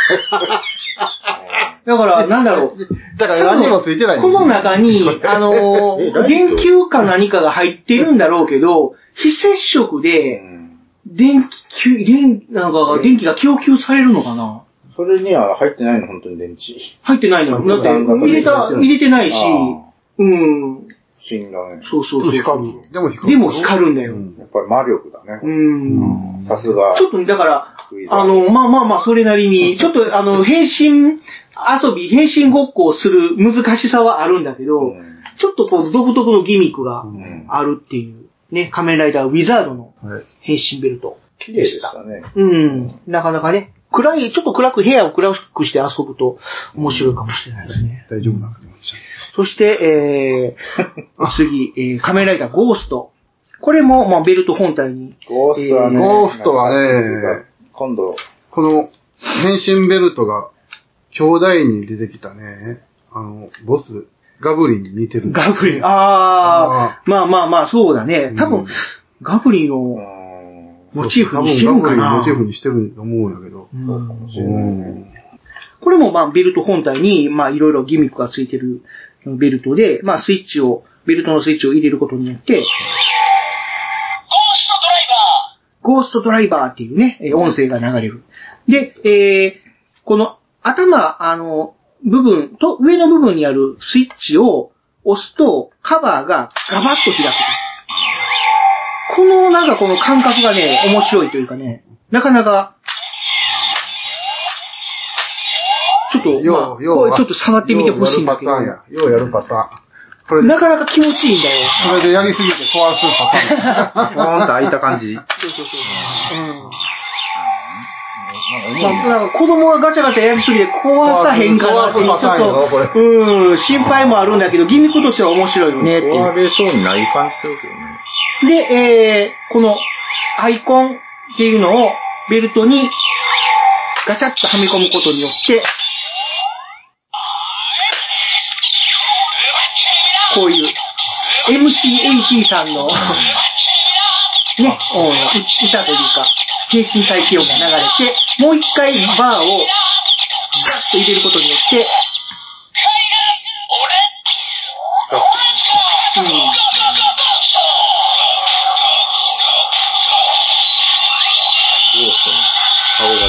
[SPEAKER 1] だから、なんだろう。
[SPEAKER 2] だから何もついてない。
[SPEAKER 1] この中に、電球か何かが入ってるんだろうけど、非接触で、電気が供給されるのかな？
[SPEAKER 3] それには入ってないの、本当に電池。
[SPEAKER 1] 入ってないの。だって入れてないし、
[SPEAKER 3] 不思議だね。
[SPEAKER 1] そう。
[SPEAKER 2] 光る。で
[SPEAKER 1] も光るんだよ。
[SPEAKER 3] やっぱり魔力だね。さすが。
[SPEAKER 1] ちょっとだから、それなりに、ちょっと変身ごっこをする難しさはあるんだけど、ちょっとこう独特のギミックがあるっていうね、仮面ライダーウィザードの変身ベルト。
[SPEAKER 3] 綺麗でしたね。
[SPEAKER 1] なかなかね、ちょっと暗く部屋を暗くして遊ぶと面白いかもしれないですね。
[SPEAKER 2] 大丈夫な感じ。
[SPEAKER 1] そして、次、仮面ライダーゴースト。これも、まあ、ベルト本体に。
[SPEAKER 2] ゴーストはね、
[SPEAKER 3] 今度、
[SPEAKER 2] この変身ベルトが兄弟に出てきたね、ボス、ガブリンに似てる。
[SPEAKER 1] ガブリン、まあ、そうだね。多分、ガブリンをモチーフにしてるんかな。
[SPEAKER 2] ガブリンをモチーフにしてると思うんだけど。
[SPEAKER 1] これも、まあ、ベルト本体に、まあ、いろいろギミックがついてるベルトで、まあ、ベルトのスイッチを入れることによって、ゴーストドライバーっていうね、音声が流れる。で、この頭、部分と、上の部分にあるスイッチを押すと、カバーがガバッと開く。この感覚がね、面白いというかね、なかなか、ちょっと、これちょっと触ってみてほしいんだけど。
[SPEAKER 2] ようやるパターン。
[SPEAKER 1] これなかなか気持ちいいんだよ。
[SPEAKER 2] それでやりすぎて壊すパターン。
[SPEAKER 3] ポーンと開いた感じ。
[SPEAKER 1] そう。なんか子供がガチャガチャやりすぎて壊さへんかなっていう、ちょっと、心配もあるんだけど、ギミックとしては面白いよねっていう。
[SPEAKER 3] 壊れそうにない感じするけどね。
[SPEAKER 1] で、このアイコンっていうのをベルトにガチャッとはめ込むことによって、こういう MC80 さんのね、歌というか、変身体気音が流れて、もう一回バーをガッと入れることによって、
[SPEAKER 3] ゴーストの顔が出て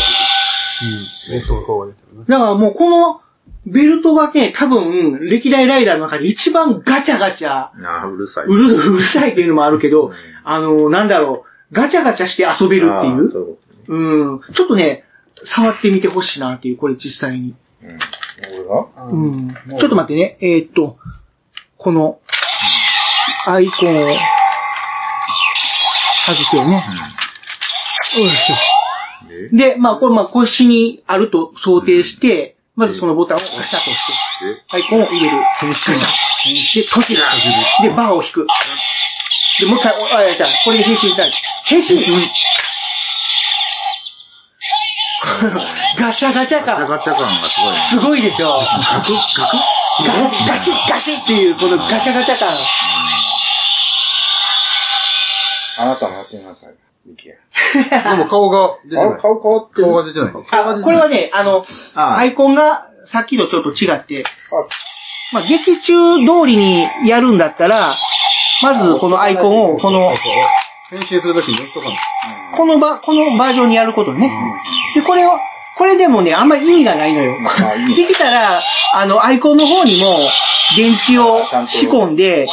[SPEAKER 1] る。だからもうこのベルトがね、多分、歴代ライダーの中で一番ガチャガチャ。
[SPEAKER 3] うるさい。
[SPEAKER 1] うるさいっていうのもあるけど、なんだろう、ガチャガチャして遊べるっていう。ちょっとね、触ってみてほしいなっていう、これ実際に。ちょっと待ってね、この、アイコンを、外すよね。よいしょ。で、まあ、これ、腰にあると想定して、まずそのボタンをガシャッと押して、アイコンを入れる。ガシャッ。で、閉じる。で、バーを引く。で、もう一回、じゃあ、これで変身だ。変身ガチャガチャ感。
[SPEAKER 3] ガチャガチャ感がすごいね。
[SPEAKER 1] すごいでしょ。ガシッガシッっていう、このガチャガチャ感。
[SPEAKER 3] あなたもやってみなさい。
[SPEAKER 2] でも顔が出てない。
[SPEAKER 3] 顔変わってる。
[SPEAKER 2] 顔が出てない。
[SPEAKER 1] これはね、アイコンがさっきのちょっと違って、まあ、劇中通りにやるんだったら、まずこのアイコンを、
[SPEAKER 2] 変身するときに押しとかない。
[SPEAKER 1] このバージョンにやることね。で、これでもね、あんまり意味がないのよ。できたら、アイコンの方にも、電池を仕込んで、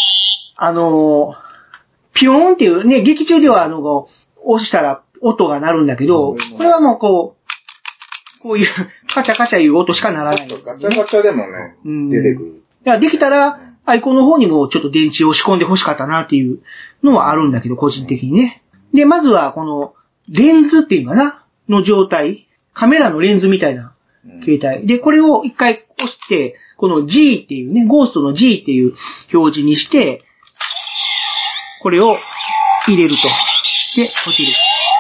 [SPEAKER 1] ピヨーンっていうね、劇中では押したら音が鳴るんだけど、これはもうこういうカチャカチャいう音しかならない。
[SPEAKER 3] ガチャガチャでもね、出てくる。
[SPEAKER 1] だからできたら、アイコンの方にもちょっと電池を仕込んで欲しかったなっていうのはあるんだけど、個人的にね。で、まずはこのレンズっていうかな、の状態、カメラのレンズみたいな形態。で、これを一回押して、この G っていうね、ゴーストの G っていう表示にして、これを入れると。で、閉じる。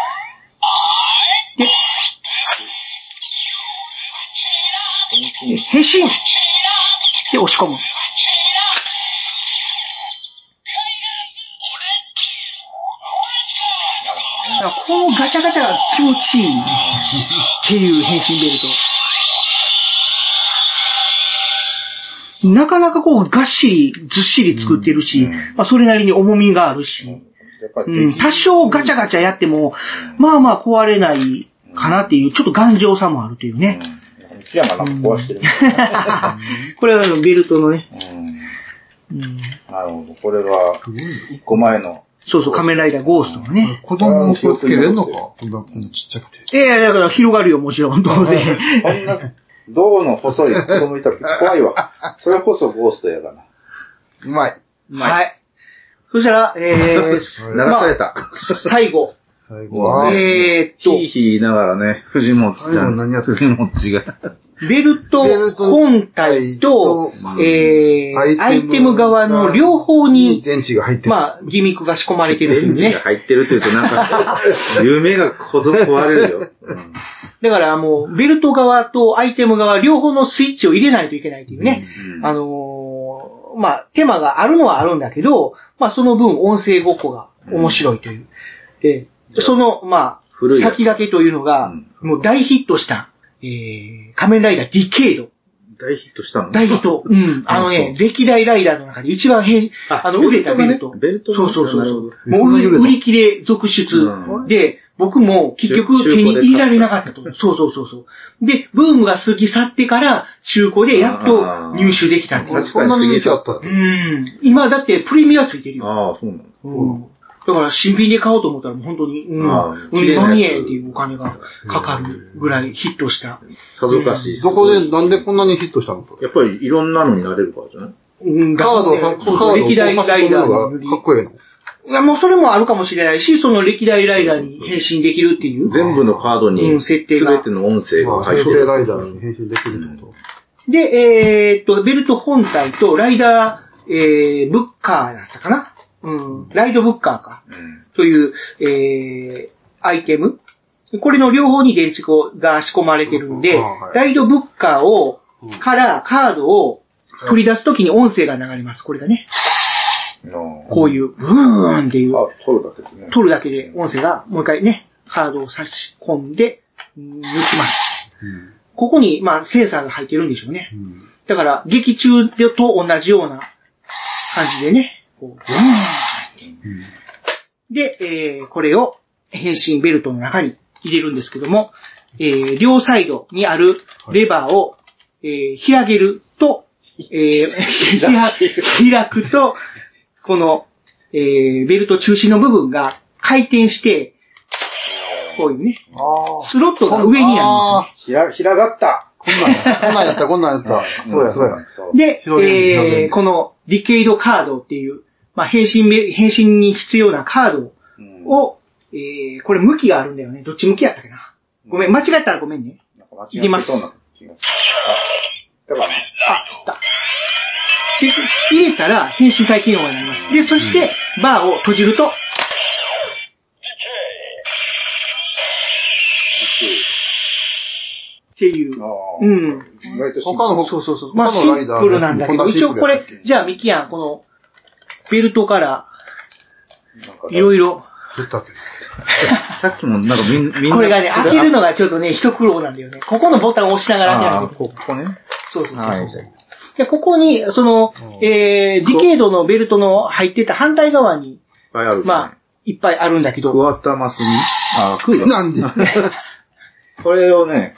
[SPEAKER 1] で、変身で、押し込む。このガチャガチャが気持ちいいっていう変身ベルト。なかなかこう、がっしり、ずっしり作ってるし、まあそれなりに重みがあるし、多少ガチャガチャやっても、まあまあ壊れないかなっていう、ちょっと頑丈さもあるというね。
[SPEAKER 3] 木山なんか壊してる。
[SPEAKER 1] これはベルトのね。
[SPEAKER 3] なるほど。これが、1個前の。
[SPEAKER 1] そうそう、仮面ライダーゴーストがね。
[SPEAKER 2] 子供もこれつけれんのかこんなちっちゃくて。
[SPEAKER 1] だから広がるよ、もちろん、当然。
[SPEAKER 3] こんな、銅の細い子供いたら怖いわ。それこそゴーストやがな。
[SPEAKER 2] うまい。
[SPEAKER 1] はい。 そしたら、
[SPEAKER 3] 流された。
[SPEAKER 1] 最後。
[SPEAKER 2] 最後は、
[SPEAKER 3] ひーひー言いながらね、藤本ちゃん。
[SPEAKER 2] 最後何やって
[SPEAKER 3] 藤本ちが。
[SPEAKER 1] ベルト本体と、アイテム側の両方に、
[SPEAKER 2] 電池が入ってる。
[SPEAKER 1] まあ、ギミックが仕込まれてるんですね。
[SPEAKER 3] 電池が入ってるって言うとなんか、夢がほど壊れるよ。
[SPEAKER 1] だからもう、ベルト側とアイテム側両方のスイッチを入れないといけないというね。まあ、手間があるのはあるんだけど、まあ、その分音声ごっこが面白いという。で、その、まあ、先駆けというのが、もう大ヒットした、仮面ライダーディケイド。
[SPEAKER 3] 大ヒットしたの？
[SPEAKER 1] 大ヒット。うん。歴代ライダーの中で一番売れたベルト。
[SPEAKER 3] ベルト
[SPEAKER 1] そう。もう売り切れ続出。で、僕も結局手に入れられなかったと。そう。で、ブームが過ぎ去ってから中古でやっと入手できたんです。
[SPEAKER 2] そんなに人気あったって。
[SPEAKER 1] 今だってプレミアついてるよ。
[SPEAKER 3] ああ、そうなんだ。
[SPEAKER 1] だから新品で買おうと思ったらもう本当に、何円っていうお金がかかるぐらいヒットした。
[SPEAKER 3] さぞかしい。
[SPEAKER 2] どこで、なんでこんなにヒットしたの？
[SPEAKER 3] やっぱりいろんなのになれるからじゃない？
[SPEAKER 2] カード
[SPEAKER 1] 歴代ライダー
[SPEAKER 2] かっこいいの？
[SPEAKER 1] もうそれもあるかもしれないし、その歴代ライダーに変身できるっていう。
[SPEAKER 3] 全部のカードに、すべての音声が入ってる。
[SPEAKER 2] 設定ライダーに変身できるってこと。
[SPEAKER 1] で、ベルト本体とライダー、ブッカーだったかな？ライドブッカーか。という、アイテム。これの両方に電池が仕込まれてるんで、ライドブッカーからカードを取り出すときに音声が流れます。これがね。こういう、ブーンっていう。
[SPEAKER 3] 取るだけでね。
[SPEAKER 1] 取るだけで音声がもう一回ね、カードを差し込んで、抜きます。ここに、まあ、センサーが入ってるんでしょうね。だから、劇中と同じような感じでね、こう、で、これを変身ベルトの中に入れるんですけども、両サイドにあるレバーを、開げると、開くと、この、ベルト中心の部分が回転して、こういうね、スロットが上にあるんですね。
[SPEAKER 3] ひらがった。
[SPEAKER 2] こんなんやった。そうや。
[SPEAKER 1] で、このディケイドカードっていう、まあ、変身に必要なカードを、これ向きがあるんだよね。どっち向きやったっけな。ごめん、間違ったらごめんね。入れます。
[SPEAKER 3] だからね。
[SPEAKER 1] で、入れたら変身体機能がなります。で、そして、バーを閉じると、っていう。
[SPEAKER 2] 他の、
[SPEAKER 1] そう。まあ、シンプルなんだけど、一応これ、じゃあ、ミキヤン、この、ベルトから、いろいろ。
[SPEAKER 3] さっきもなんかみんな。
[SPEAKER 1] これがね、開けるのがちょっとね、一苦労なんだよね。ここのボタンを押しながら開ける。
[SPEAKER 3] ここね。
[SPEAKER 1] そう。で、ここに、その、ディケイドのベルトの入ってた反対側に、まあ、いっぱいあるんだけど。
[SPEAKER 3] クワタマスにクー
[SPEAKER 2] なんで
[SPEAKER 3] これをね、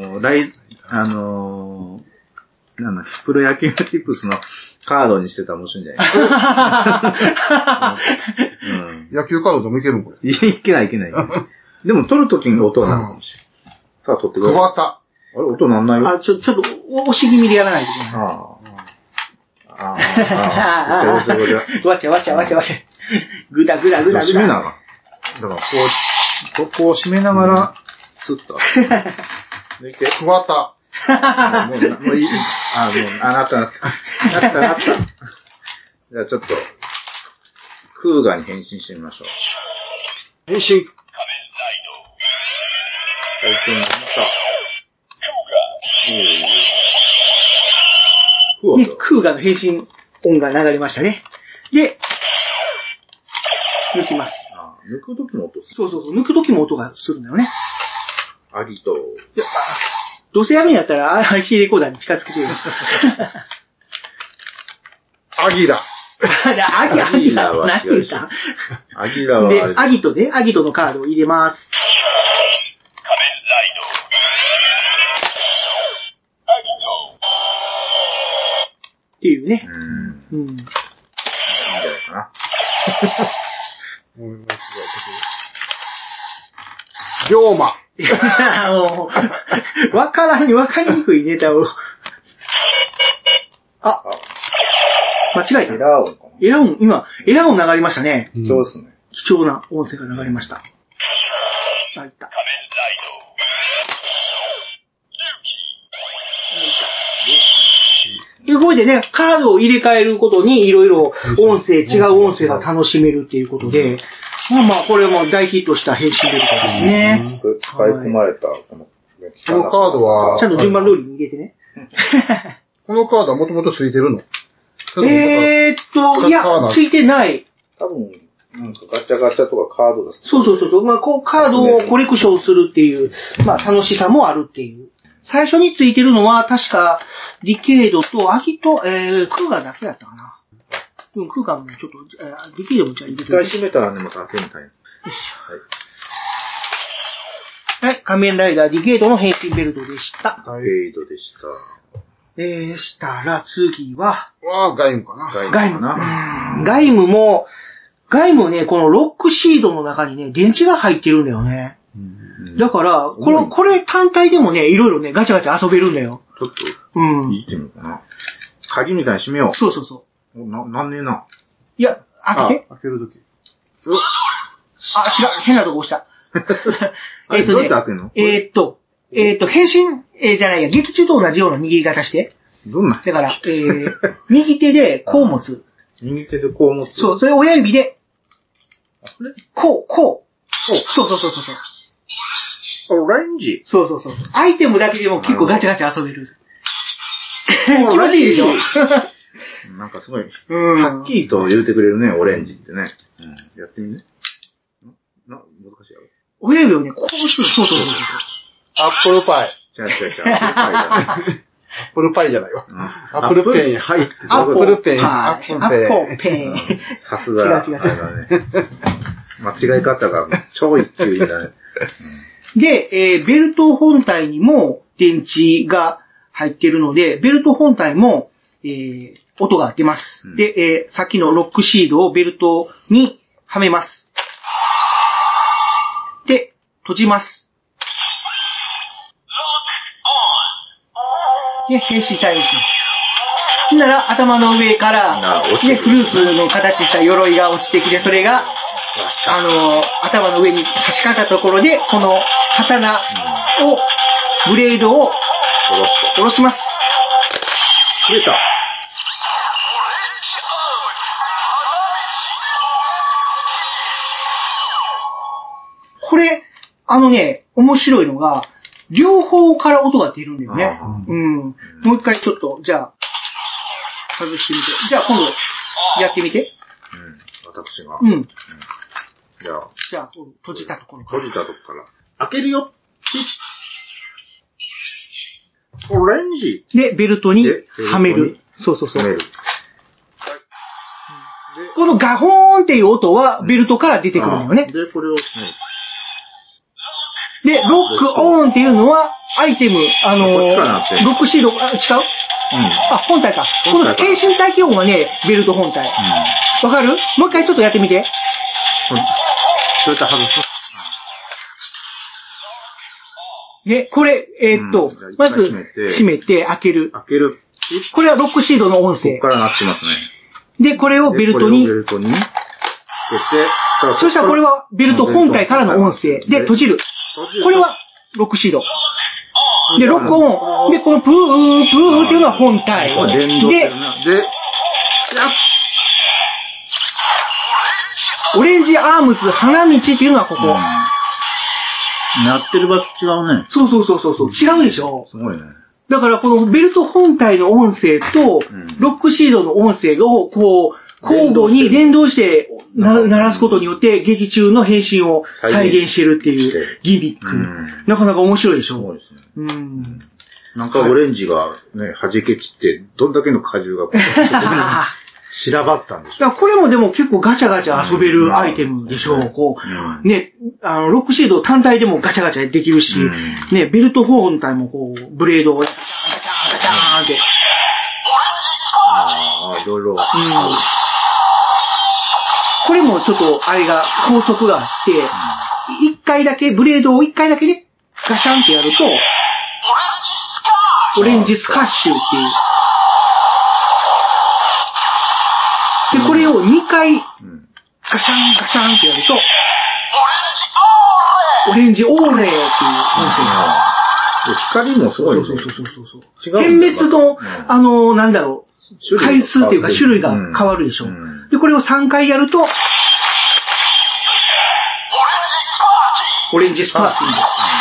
[SPEAKER 3] プロ野球チップスのカードにしてたら面白いんじゃない
[SPEAKER 2] 野球カードでもいけるんこれ。
[SPEAKER 3] いけない。でも取るときに音が鳴るかもしれない。さあ取ってください。
[SPEAKER 2] 変わった。
[SPEAKER 3] あれ音鳴んないよ。
[SPEAKER 1] ちょっと、押し気味でやらないといけない。わちゃ。ぐだ。
[SPEAKER 3] 締めながら。だからこう締めながら、スッと。抜いて。
[SPEAKER 2] 変わった。
[SPEAKER 3] もういい。なった。じゃあちょっと、クーガーに変身してみましょう。
[SPEAKER 2] 変身。
[SPEAKER 3] 最近になりました。
[SPEAKER 1] クーガーの変身音が流れましたね。で、抜きます。
[SPEAKER 3] 抜くときも音する。
[SPEAKER 1] そう。抜くときも音がするんだよね。
[SPEAKER 3] アギト。
[SPEAKER 1] どうせやるんやったら IC レコーダーに近づけてよ。
[SPEAKER 2] アギラ。
[SPEAKER 1] アギラは何て言った
[SPEAKER 3] アギラは
[SPEAKER 1] で、アギトのカードを入れます。っていうね。
[SPEAKER 3] いいんじゃないかな。
[SPEAKER 2] 龍馬。
[SPEAKER 1] もう、わかりにくいネタを。 間違えた。
[SPEAKER 3] エラー音かな。
[SPEAKER 1] エラー音、今、エラー音流れましたね。
[SPEAKER 3] 貴重ですね。
[SPEAKER 1] 貴重な音声が流れました。あ、いった。で、これでね、カードを入れ替えることにいろいろ音声、違う音声が楽しめるっていうことで、まあまあ、これも大ヒットした変身ベルトですね。
[SPEAKER 3] 使い込まれた、この
[SPEAKER 2] カードは、
[SPEAKER 1] ちゃんと順番通りに入れてね。
[SPEAKER 2] このカードはもともと付いてるの？
[SPEAKER 1] いや、付いてない。
[SPEAKER 3] 多分、なんかガチャガチャとかカードだ。
[SPEAKER 1] そう。まあ、こう、カードをコレクションするっていう、まあ、楽しさもあるっていう。最初に付いてるのは、確か、ディケードと、アギと、クーガーだけだったかな。クーガーもちょっと、ディケードもじゃあ入れて
[SPEAKER 3] 一回閉めたらね、また開けみたいな。
[SPEAKER 1] はい。仮面ライダーディケードの変身ベルトでした。
[SPEAKER 3] ディケードでした。
[SPEAKER 1] したら次は、
[SPEAKER 2] ガイムかな。
[SPEAKER 1] ガイムもね、このロックシードの中にね、電池が入ってるんだよね。だから、これ単体でもね、いろいろね、ガチャガチャ遊べるんだよ。
[SPEAKER 3] ちょっと、いじってみようかな。鍵みたいに閉めよう。
[SPEAKER 1] そう。
[SPEAKER 3] なんねえな。
[SPEAKER 1] いや、開けて。
[SPEAKER 2] 開けるとき。
[SPEAKER 1] 違う、変なとこ押した。
[SPEAKER 3] どうやって開けるの？
[SPEAKER 1] 変身、じゃないや、劇中と同じような握り方して。
[SPEAKER 3] どんな？
[SPEAKER 1] だから、右手でこう持つ。
[SPEAKER 3] 右手でこう持つ。
[SPEAKER 1] そう、それ親指で、こう。そう。
[SPEAKER 3] オレンジ。
[SPEAKER 1] そう。アイテムだけでも結構ガチャガチャ遊べる。気持ちいいでしょ？
[SPEAKER 3] なんかすごい、はっきりと言うてくれるね、オレンジってね。やってみね。難しいやろ。
[SPEAKER 1] 親指をね、こうする。そう。
[SPEAKER 2] アップルパイ。
[SPEAKER 3] 違う。アップルパイじゃない。
[SPEAKER 2] アップルパイじゃないわ。アップルペン。
[SPEAKER 3] はい。
[SPEAKER 2] アップルペン。
[SPEAKER 3] さすが。違う。間違い方が超一級だね。
[SPEAKER 1] で、ベルト本体にも電池が入ってるので、ベルト本体も、音が出ます。で、さっきのロックシードをベルトにはめます。で、閉じます。ね、変身タイム。なら、頭の上から、ね、フルーツの形した鎧が落ちてきて、それが、頭の上に差し掛かったところで、この刀を、ブレードを下ろします。
[SPEAKER 3] 出た。
[SPEAKER 1] これ、面白いのが、両方から音が出るんだよね。もう一回ちょっと、じゃあ、外してみて。じゃあ今度、やってみて。
[SPEAKER 3] 私が。じ
[SPEAKER 1] ゃあ、閉じたところ
[SPEAKER 3] から。開けるよ。オレンジ。
[SPEAKER 1] で、ベルトにはめる。そう。このガホーンっていう音はベルトから出てくるんだよね。
[SPEAKER 3] で、これを閉める。
[SPEAKER 1] で、ロックオンっていうのは、アイテム、ロックシード、違う？本体か。この変身体系音はね、ベルト本体。わかる？もう一回ちょっとやってみて。
[SPEAKER 3] それと外す。
[SPEAKER 1] ね、これ、まず、閉めて、開ける。これはロックシードの音声。
[SPEAKER 3] ここから鳴ってますね。
[SPEAKER 1] で、これをベルトに。つけて、そしたらこれはベルト本体からの音声。で、閉じる。これはロックシード。で、ロックオン。で、このプーっていうのは本体。で、オレンジアームズ花道っていうのはここ。
[SPEAKER 3] 鳴ってる場所違うね。
[SPEAKER 1] そう。違うでしょ。
[SPEAKER 3] すごいね。
[SPEAKER 1] だからこのベルト本体の音声と、ロックシードの音声をこう、交互に連動して鳴らすことによって劇中の変身を再現してるっていうギミック。なかなか面白いでしょ。
[SPEAKER 3] そうですね。なんかオレンジがね、弾け散って、どんだけの果汁が散らばったんでしょう。
[SPEAKER 1] これもでも結構ガチャガチャ遊べるアイテムでしょう。こう、ね、ロックシード単体でもガチャガチャできるし、ね、ベルト本体もこう、ブレードをガチャーンって。
[SPEAKER 3] いろいろ。
[SPEAKER 1] これもちょっと、あれが、高速があって、一回だけ、ブレードを一回だけね、ガシャンってやると、オレンジスカッシュっていう。 レンジオーレオっていう音
[SPEAKER 10] 声。光もすごいね。
[SPEAKER 1] そう。点滅の、なんだろう、回数っていうか種類が変わるでしょ。で、これを3回やると、オレンジスパーティー。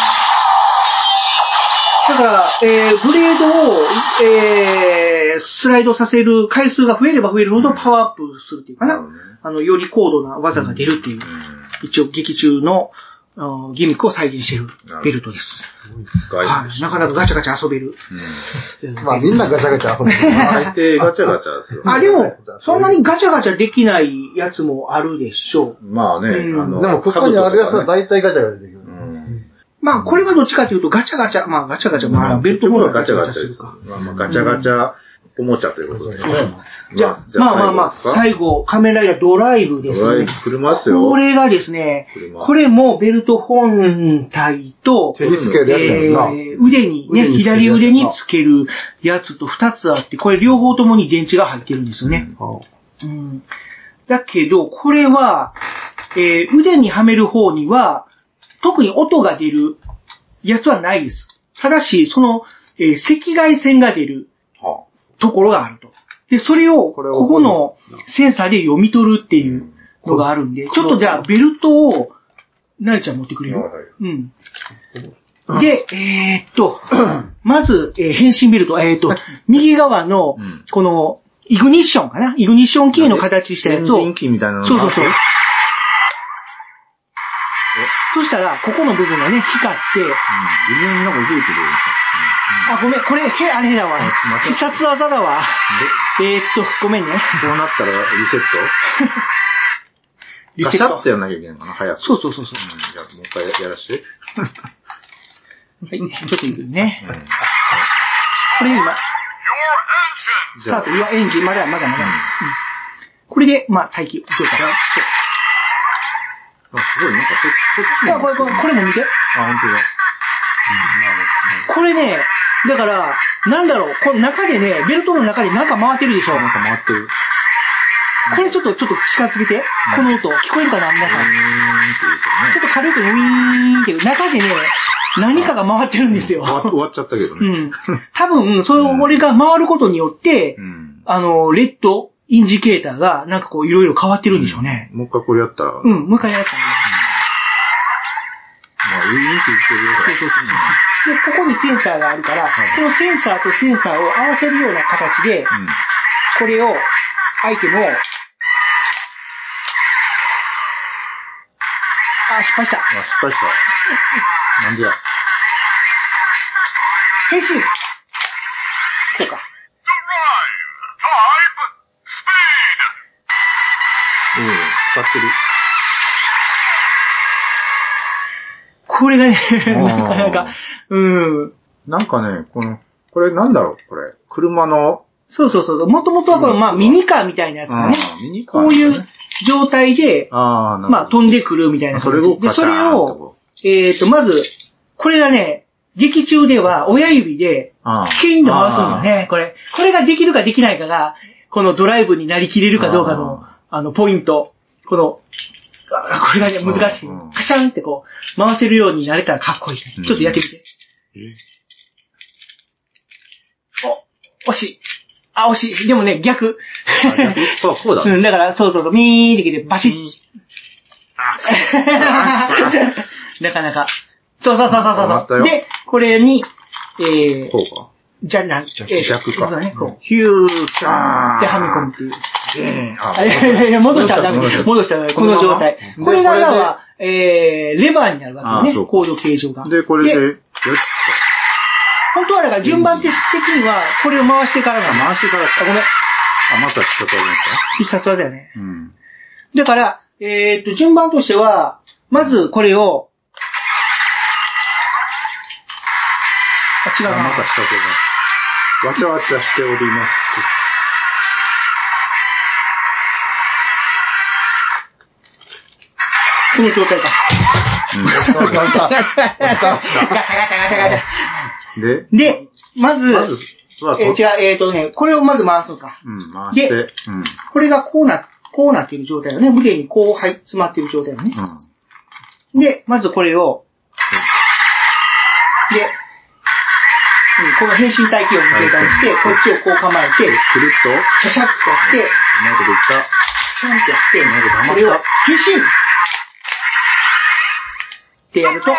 [SPEAKER 1] だから、ブレードを、スライドさせる回数が増えれば増えるほどパワーアップするっていうかな。より高度な技が出るっていう、一応劇中のギミックを再現しているベルトです。はい。なかなかガチャガチャ遊べる。
[SPEAKER 2] まあみんなガチャガチャ遊べる。
[SPEAKER 10] 大抵ガチャガチャですよ。
[SPEAKER 1] でも、そんなにガチャガチャできないやつもあるでしょう。
[SPEAKER 10] まあね。
[SPEAKER 2] でもここにあるやつは大体ガチャガチャできる。
[SPEAKER 1] まあ、これはどっちかというと、ガチャガチャ、まあ、ガチャガチャ、まあ、ベルトも
[SPEAKER 10] ガチャガチャですか。まあ、ガチャガチャ、おもちゃということで。
[SPEAKER 1] じゃあ、まあ、最後、仮面ライダードライブですね。
[SPEAKER 10] ドライブ、車ですよ。
[SPEAKER 1] これがですね、これもベルト本体と、
[SPEAKER 2] 手につけるやつやな。
[SPEAKER 1] 腕にね、左腕につけるやつと2つあって、これ両方ともに電池が入ってるんですよね。だけど、これは、腕にはめる方には、特に音が出るやつはないです。ただし、その、赤外線が出るところがあると。で、それを、ここのセンサーで読み取るっていうのがあるんで、ちょっとじゃあ、ベルトを、なりちゃん持ってくれる？うん。で、まず、変身ベルト、右側の、この、イグニッションかな？イグニッションキーの形したやつを。
[SPEAKER 10] エンジンキーみたいなの。
[SPEAKER 1] そう。そしたら、ここの部分がね、光って、
[SPEAKER 10] 微妙になんか動いてる。
[SPEAKER 1] ごめん、これ、あれだわ。必殺技だわ。ごめんね。
[SPEAKER 10] こうなったらリセットリセット。ガシャッとやらなきゃいけないのかな、早く。
[SPEAKER 1] そう。じ
[SPEAKER 10] ゃあ、もう一回やらして。
[SPEAKER 1] はい、ちょっといくね。これ今、スタート、エンジン、まだ。これで、まあ、待機、状態。
[SPEAKER 10] すごい、なんかそっちも。
[SPEAKER 1] これも見て。
[SPEAKER 10] 本当だ。
[SPEAKER 1] これね、だから、なんだろう、この中でね、ベルトの中で中回ってるでしょ。
[SPEAKER 10] なんか回ってる。
[SPEAKER 1] これちょっと近づけて。この音、聞こえるかな、皆さん。ちょっと軽くウィーンっていう、中でね、何かが回ってるんですよ。
[SPEAKER 10] 終わっちゃったけどね。
[SPEAKER 1] 多分、それが回ることによって、レッド、インジケーターが、なんかこう、いろいろ変わってるんでしょうね。
[SPEAKER 10] もう一回これやったら。
[SPEAKER 1] もう一回やったら。
[SPEAKER 10] まあ、ウィーンって言ってるよ。
[SPEAKER 1] そう。で、ここにセンサーがあるから、このセンサーとセンサーを合わせるような形で、これを、アイテムを、失敗した。
[SPEAKER 10] なんでや。
[SPEAKER 1] 変身。こうか。
[SPEAKER 10] 使ってる。
[SPEAKER 1] これがね、なかなか、
[SPEAKER 10] なんかね、これなんだろうこれ。車の。
[SPEAKER 1] そう。もともとはこの、ミニカーみたいなやつがね。こういう状態で、飛んでくるみたいな感じで。それを、まず、これがね、劇中では親指で、ケインと回すんだよね、これ。これができるかできないかが、このドライブになりきれるかどうかの、ポイント。これがね、難しい。カシャンってこう、回せるようになれたらかっこいいね。ちょっとやってみて。惜しい。惜しい。でもね、逆。
[SPEAKER 10] こうだ。
[SPEAKER 1] だから、そう。ミーってきて、バシッ。なかなか。そう。で、これに、
[SPEAKER 10] こうか。
[SPEAKER 1] 逆か。そうね、こう。ヒュー、キャーってはめ込むっていう。いや、戻したらダメ。この状態。これが、レバーになるわけよね。コード形状が。
[SPEAKER 10] で、これで、
[SPEAKER 1] 本当はだから順番的には、これを回してからなの。
[SPEAKER 10] 回してからか。
[SPEAKER 1] ごめん。
[SPEAKER 10] また必殺技だった？
[SPEAKER 1] 必殺技だよね。だから、順番としては、まずこれを、違うな。
[SPEAKER 10] また必殺技。わちゃわちゃしております。
[SPEAKER 1] この状態か。ガチャ。で、まず、これをまず回すのか。
[SPEAKER 10] 回して。
[SPEAKER 1] これがこうなっている状態よね。腕にこう詰まっている状態よね。で、まずこれを、 この変身待機音の状態にして、こっちをこう構えて、くるっと、シャシャッとやって、うまいこと言った。シャンってやって、これを変身ってやると、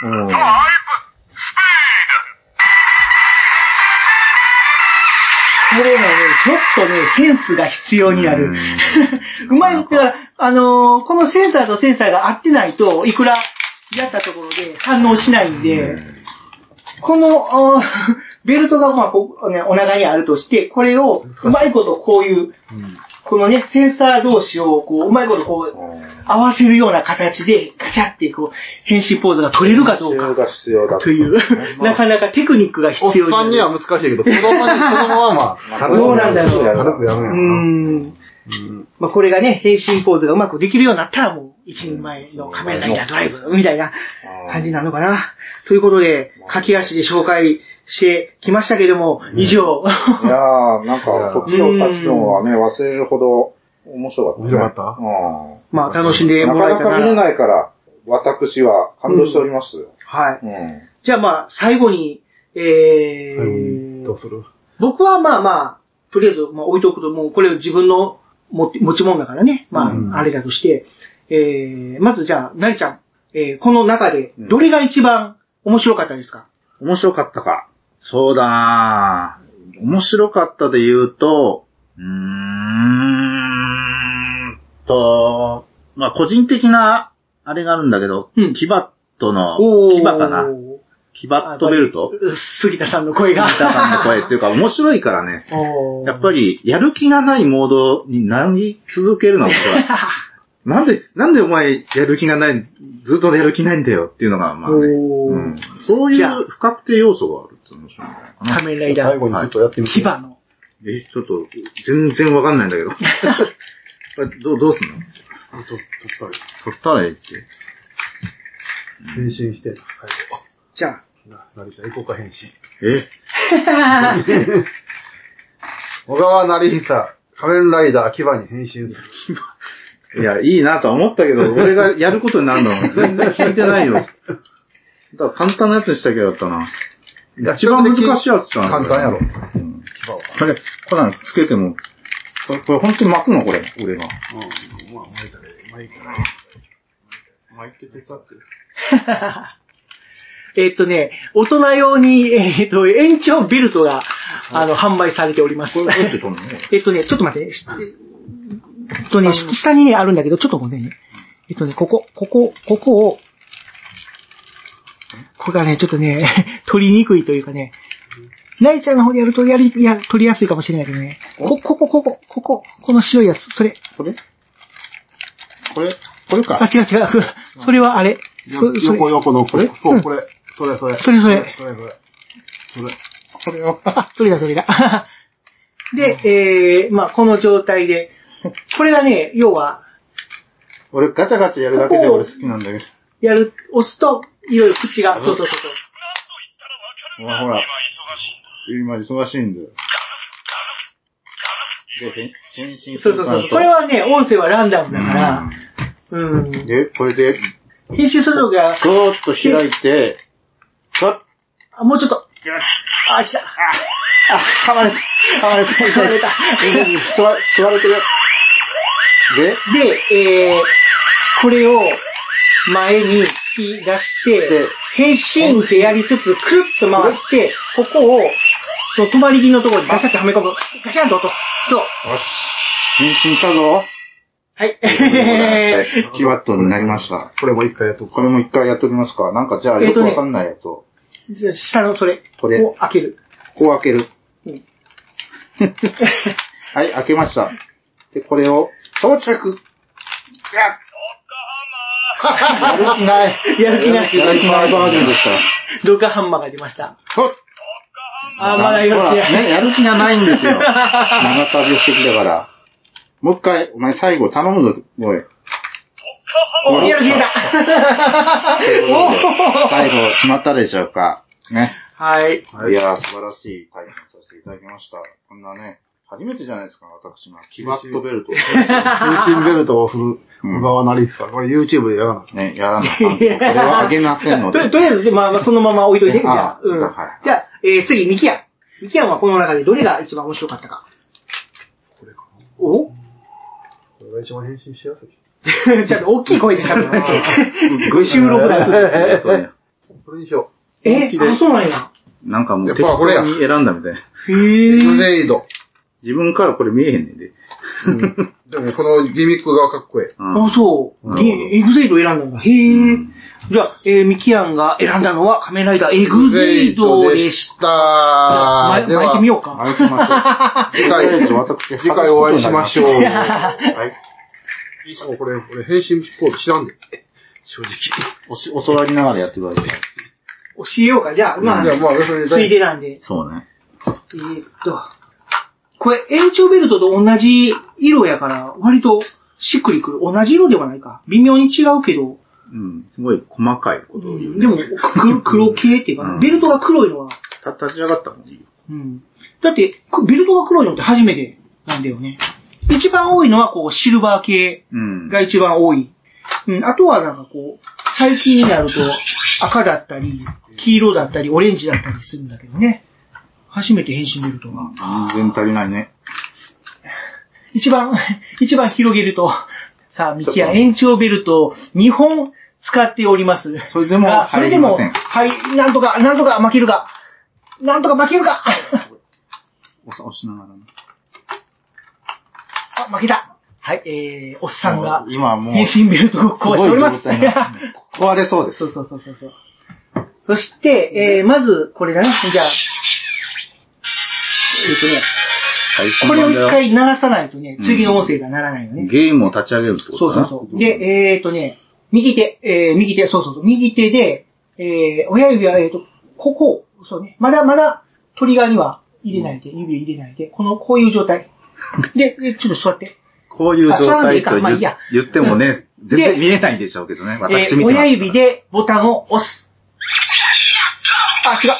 [SPEAKER 1] これね、ちょっとね、センスが必要になる。うまい、だから、このセンサーとセンサーが合ってないと、いくらやったところで反応しないんで、この、ベルトがまあお腹にあるとして、これをうまいことこういう、このね、センサー同士をこう、うまいことこう、合わせるような形で、ガチャってこう、変身ポーズが取れるかどうか。という、なかなかテクニックが必要になる。
[SPEAKER 2] おっさんには難しいけど、子供はまあ、
[SPEAKER 1] どうなんだろう。
[SPEAKER 2] 軽くやるんやろな。
[SPEAKER 1] まあこれがね、変身ポーズがうまくできるようになったら、もう一人前の仮面ライダードライブみたいな感じなのかな。ということで、駆け足で紹介してきましたけども、以上。
[SPEAKER 3] いやー、なんか、時の立ちのはね、忘れるほど面白かった。
[SPEAKER 2] 面白かった？
[SPEAKER 1] まあ楽しんでもらえたら。
[SPEAKER 3] なかなか見れないから、私は感動しております。
[SPEAKER 1] はい。じゃあまあ、最後に、
[SPEAKER 2] どうする？
[SPEAKER 1] 僕はまあ、とりあえず置いておくと、もうこれ自分の持ち物だからね。まあ、あれだとして、まずじゃあ、なりちゃん、この中で、どれが一番面白かったですか？
[SPEAKER 10] 面白かったか。そうだなぁ。面白かったで言うと、まあ、個人的な、あれがあるんだけど、キバットの、キバかな。キバットベルト？
[SPEAKER 1] 杉田さんの声が。
[SPEAKER 10] 杉田さんの声っていうか、面白いからね。やっぱり、やる気がないモードになり続けるのが、なんでお前やる気がない、ずっとやる気ないんだよっていうのが、まあね。そういう不確定要素があるって面白いんじゃないかな。
[SPEAKER 1] 仮面ライダー。
[SPEAKER 2] 最後にちょっとやってみて。
[SPEAKER 1] キバの。
[SPEAKER 10] ちょっと、全然わかんないんだけど。どうすんの？
[SPEAKER 2] 取
[SPEAKER 10] ったらいいって。
[SPEAKER 2] 変身して、最後。
[SPEAKER 1] じゃあ。
[SPEAKER 2] なりちゃん、行こうか、変身。小川成久、仮面ライダー、キバに変身する。
[SPEAKER 10] いや、いいなとは思ったけど、俺がやることになるの全然聞いてないよ。だから簡単なやつにしたけどだったな。一番難しいやつじゃん。
[SPEAKER 2] 簡単やろ。
[SPEAKER 10] これなんつけても、これ本当に巻くのこれ、俺が。
[SPEAKER 2] まあ、巻いたら巻いて手伝ってる。
[SPEAKER 1] 大人用に、延長ベルトが、販売されております。
[SPEAKER 10] これどうやって取る
[SPEAKER 1] の？ちょっと待って。下にね、あるんだけど、ちょっとごめんね。ここを、これがね、ちょっとね、取りにくいというかね、なりちゃんの方でやると取りやすいかもしれないけどね。この白いやつ、それ。
[SPEAKER 10] これか。
[SPEAKER 1] あ、違う。それはあれ。
[SPEAKER 2] 横の、これ？そう、これ。それ。
[SPEAKER 1] これを。それだ。で、まあ、この状態で、これがね、要は、
[SPEAKER 10] 俺ガチャガチャやるだけで俺好きなんだけど。
[SPEAKER 1] 押すと、いろいろ口が、そう。
[SPEAKER 10] ほら。今忙しいんだよ。で、変身する。
[SPEAKER 1] そう。これはね、音声はランダムだから、
[SPEAKER 10] で、これで、
[SPEAKER 1] 変身するのが、
[SPEAKER 10] ゴーッと開いて、
[SPEAKER 1] もうちょっと。来た。
[SPEAKER 10] 噛まれた。座れてる。
[SPEAKER 1] で、これを前に突き出して、変身ってやりつつ、くるっと回して、ここを、その止まり木のところにガシャッとはめ込む。ガシャンと落とす。そう。
[SPEAKER 10] よし。変身したぞ。
[SPEAKER 1] はい。
[SPEAKER 10] キバットになりました。
[SPEAKER 2] これも一回やっとく。
[SPEAKER 10] これも一回やっときますか。なんかじゃあよくわかんないやつを。
[SPEAKER 1] じゃあ下のそれ。こう開ける。
[SPEAKER 10] こう開ける。はい、開けました。で、これを装着。やる気ないバージョンでした。
[SPEAKER 1] ドッカーハンマーが出ました。まだ
[SPEAKER 10] やる気ない。ね、やる気がないんですよ。長旅をしてきたから。もう一回、お前最後頼むぞ、おい。
[SPEAKER 1] やる気だ。
[SPEAKER 10] 最後、決まったでしょうか。ね。
[SPEAKER 1] はい。
[SPEAKER 10] いやー、素晴らしい体験させていただきました。こんなね、初めてじゃないですか、私が。キバットベルト。
[SPEAKER 2] 変身ベルトをする小川成久。これ YouTube でやらなかった。
[SPEAKER 10] ね、やらなかった。これはあげませんので。
[SPEAKER 1] とりあえず、まあ、そのまま置いといて。じゃあ、 次、ミキアン。ミキアンはこの中でどれが一番面白かったか。
[SPEAKER 2] これかな。
[SPEAKER 1] お
[SPEAKER 2] これが一番変身しやすい。
[SPEAKER 1] ちょっと大きい声で喋る。収録だ。
[SPEAKER 2] これにしよ
[SPEAKER 1] う。そうなんや。
[SPEAKER 10] なんかもう適当に選んだみたいな。
[SPEAKER 1] へぇ
[SPEAKER 2] エグゼイド。
[SPEAKER 10] 自分からこれ見えへんねんで。
[SPEAKER 2] でもこのギミックがかっこいい。
[SPEAKER 1] そう。エグゼイド選んだんだ。へぇじゃあ、ミキアンが選んだのは仮面ライダーエグゼイドでした。巻いてみようか。
[SPEAKER 2] 巻いてみましょう。次回お会いしましょう。はい。いつもこれ変身ポーズ知らんで。正直。
[SPEAKER 10] 教わりながらやってください。
[SPEAKER 1] 教えようか。じゃあ、まあ、ついでなんで。
[SPEAKER 10] そうね。
[SPEAKER 1] これ、延長ベルトと同じ色やから、割としっくりくる。同じ色ではないか。微妙に違うけど。
[SPEAKER 10] すごい細かいことを言う。
[SPEAKER 1] でも、黒系っていうか、ベルトが黒いのは。
[SPEAKER 10] 立ち上がったのに。
[SPEAKER 1] だって、ベルトが黒いのって初めてなんだよね。一番多いのは、こう、シルバー系が一番多い。あとはなんかこう、最近になると赤だったり、黄色だったり、オレンジだったりするんだけどね。初めて変身ベルトが。
[SPEAKER 10] 全然足りないね。
[SPEAKER 1] 一番広げると、さあ、ミキア延長ベルトを2本使っております。
[SPEAKER 10] それでも、
[SPEAKER 1] はい、なんとか負けるか。押
[SPEAKER 10] しながらね。
[SPEAKER 1] あ、負けた。はい、おっさんが、
[SPEAKER 10] 今もう、
[SPEAKER 1] 変身ベルトを壊しております。
[SPEAKER 10] 壊れそうです。
[SPEAKER 1] そう。そして、まず、これだね。じゃあ、これを一回鳴らさないとね、次の音声が鳴らないよね。
[SPEAKER 10] ゲームを立ち上げるってことかな。
[SPEAKER 1] そう。で、右手、そう。右手で、親指は、ここ、そうね。まだ、トリガーには入れないで、指を入れないで、こういう状態。で、ちょっと座って。
[SPEAKER 10] こういう状態と言ってもね、全然見えないんでしょうけどね。私見てます。
[SPEAKER 1] 親指でボタンを押す。あ、違う。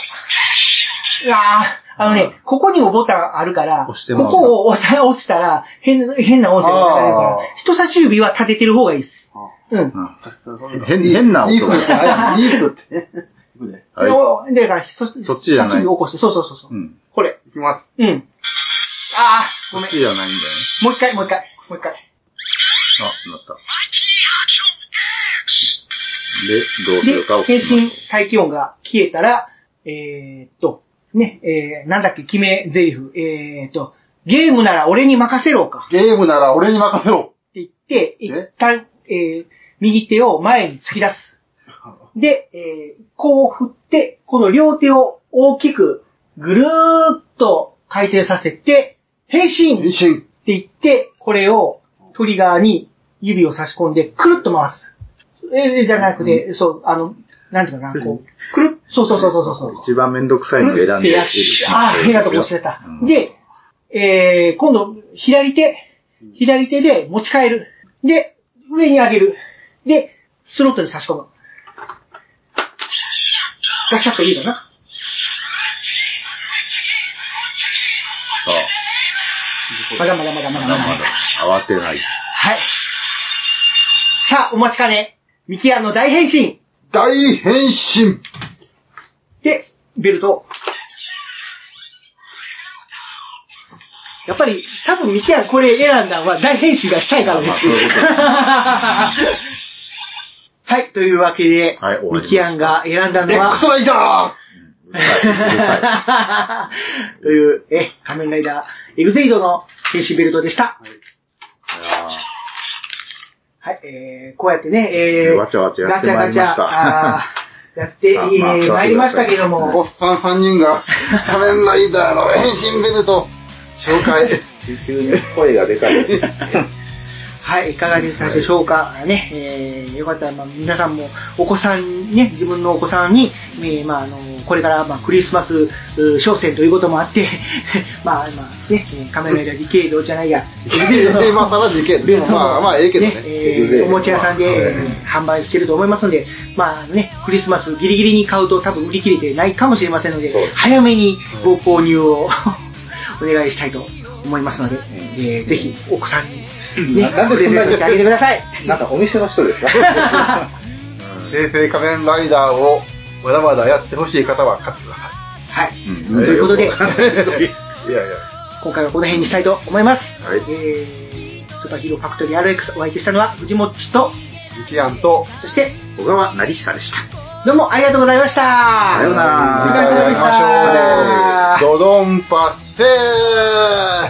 [SPEAKER 1] ここにもボタンあるから、ここを押したら変な音声が流れるから、人差し指は立ててる方がいいです。
[SPEAKER 10] 変な音が。
[SPEAKER 2] いいって。
[SPEAKER 1] だから、そっちじゃない。足指を起こして、そう。これ。
[SPEAKER 2] いきます。
[SPEAKER 1] ごめん。
[SPEAKER 10] そっちじゃないんだよね。
[SPEAKER 1] もう一回。
[SPEAKER 10] なった。で、どうするかを
[SPEAKER 1] 変身待機音が消えたら、なんだっけ、決め台詞。ゲームなら俺に任せろか。
[SPEAKER 2] ゲームなら俺に任せろ。
[SPEAKER 1] って言って、一旦、右手を前に突き出す。で、こう振って、この両手を大きくぐるーっと回転させて、変身って言って、これをトリガーに指を差し込んで、くるっと回す。じゃなくて、なんていうかな、こう、くるっ、そう。
[SPEAKER 10] 一番めんどくさいのを選んで。
[SPEAKER 1] 変なとこ押してた。で、今度、左手で持ち帰る。で、上に上げる。で、スロットに差し込む。ガシャッといいかな。
[SPEAKER 10] そう。
[SPEAKER 1] まだ。
[SPEAKER 10] 慌てない。
[SPEAKER 1] はい。さあ、お待ちかね。ミキアンの大変身。
[SPEAKER 2] 大変身
[SPEAKER 1] で、ベルト。やっぱり、多分ミキアンこれ選んだのは大変身がしたいからです。はい、というわけで、ミキアンが選んだのは、
[SPEAKER 2] X ライダ
[SPEAKER 1] ーという、仮面ライダー、エグゼイドの変身ベルトでした。はい、こうやってね、
[SPEAKER 10] わちゃわちゃやってまいりました。
[SPEAKER 1] やって参りましたけども。
[SPEAKER 2] おっさん3人が仮面ライダーの変身ベルト紹介。
[SPEAKER 10] 急に声がでかい。
[SPEAKER 1] はい、いかがでしたでしょうかね、よかったら、皆さんもお子さんね、自分のお子さんに、これからクリスマス商戦ということもあって、ね、仮面ライダーディケイドじゃないや、
[SPEAKER 2] 今更ディケイド。でもええけどね。
[SPEAKER 1] おもちゃ屋さんで販売してると思いますので、クリスマスギリギリに買うと多分売り切れてないかもしれませんので、早めにご購入をお願いしたいと思いますので、ぜひお子さんに、
[SPEAKER 10] なんで
[SPEAKER 1] プレゼントしてあげてください。
[SPEAKER 10] なんかお店の人ですか？
[SPEAKER 2] 平成仮面ライダーをまだまだやってほしい方は買ってください。
[SPEAKER 1] はい。ということで、
[SPEAKER 2] いやいや。
[SPEAKER 1] 今回はこの辺にしたいと思います。
[SPEAKER 2] はい。
[SPEAKER 1] スーパーヒーローファクトリー RX お相手したのは藤もっちと、
[SPEAKER 2] ゆきやんと、
[SPEAKER 1] そして、
[SPEAKER 10] 小川成久でした。
[SPEAKER 1] どうもありがとうございました。
[SPEAKER 10] さようなら。
[SPEAKER 1] お疲れ様でした。
[SPEAKER 2] ドドンパッセー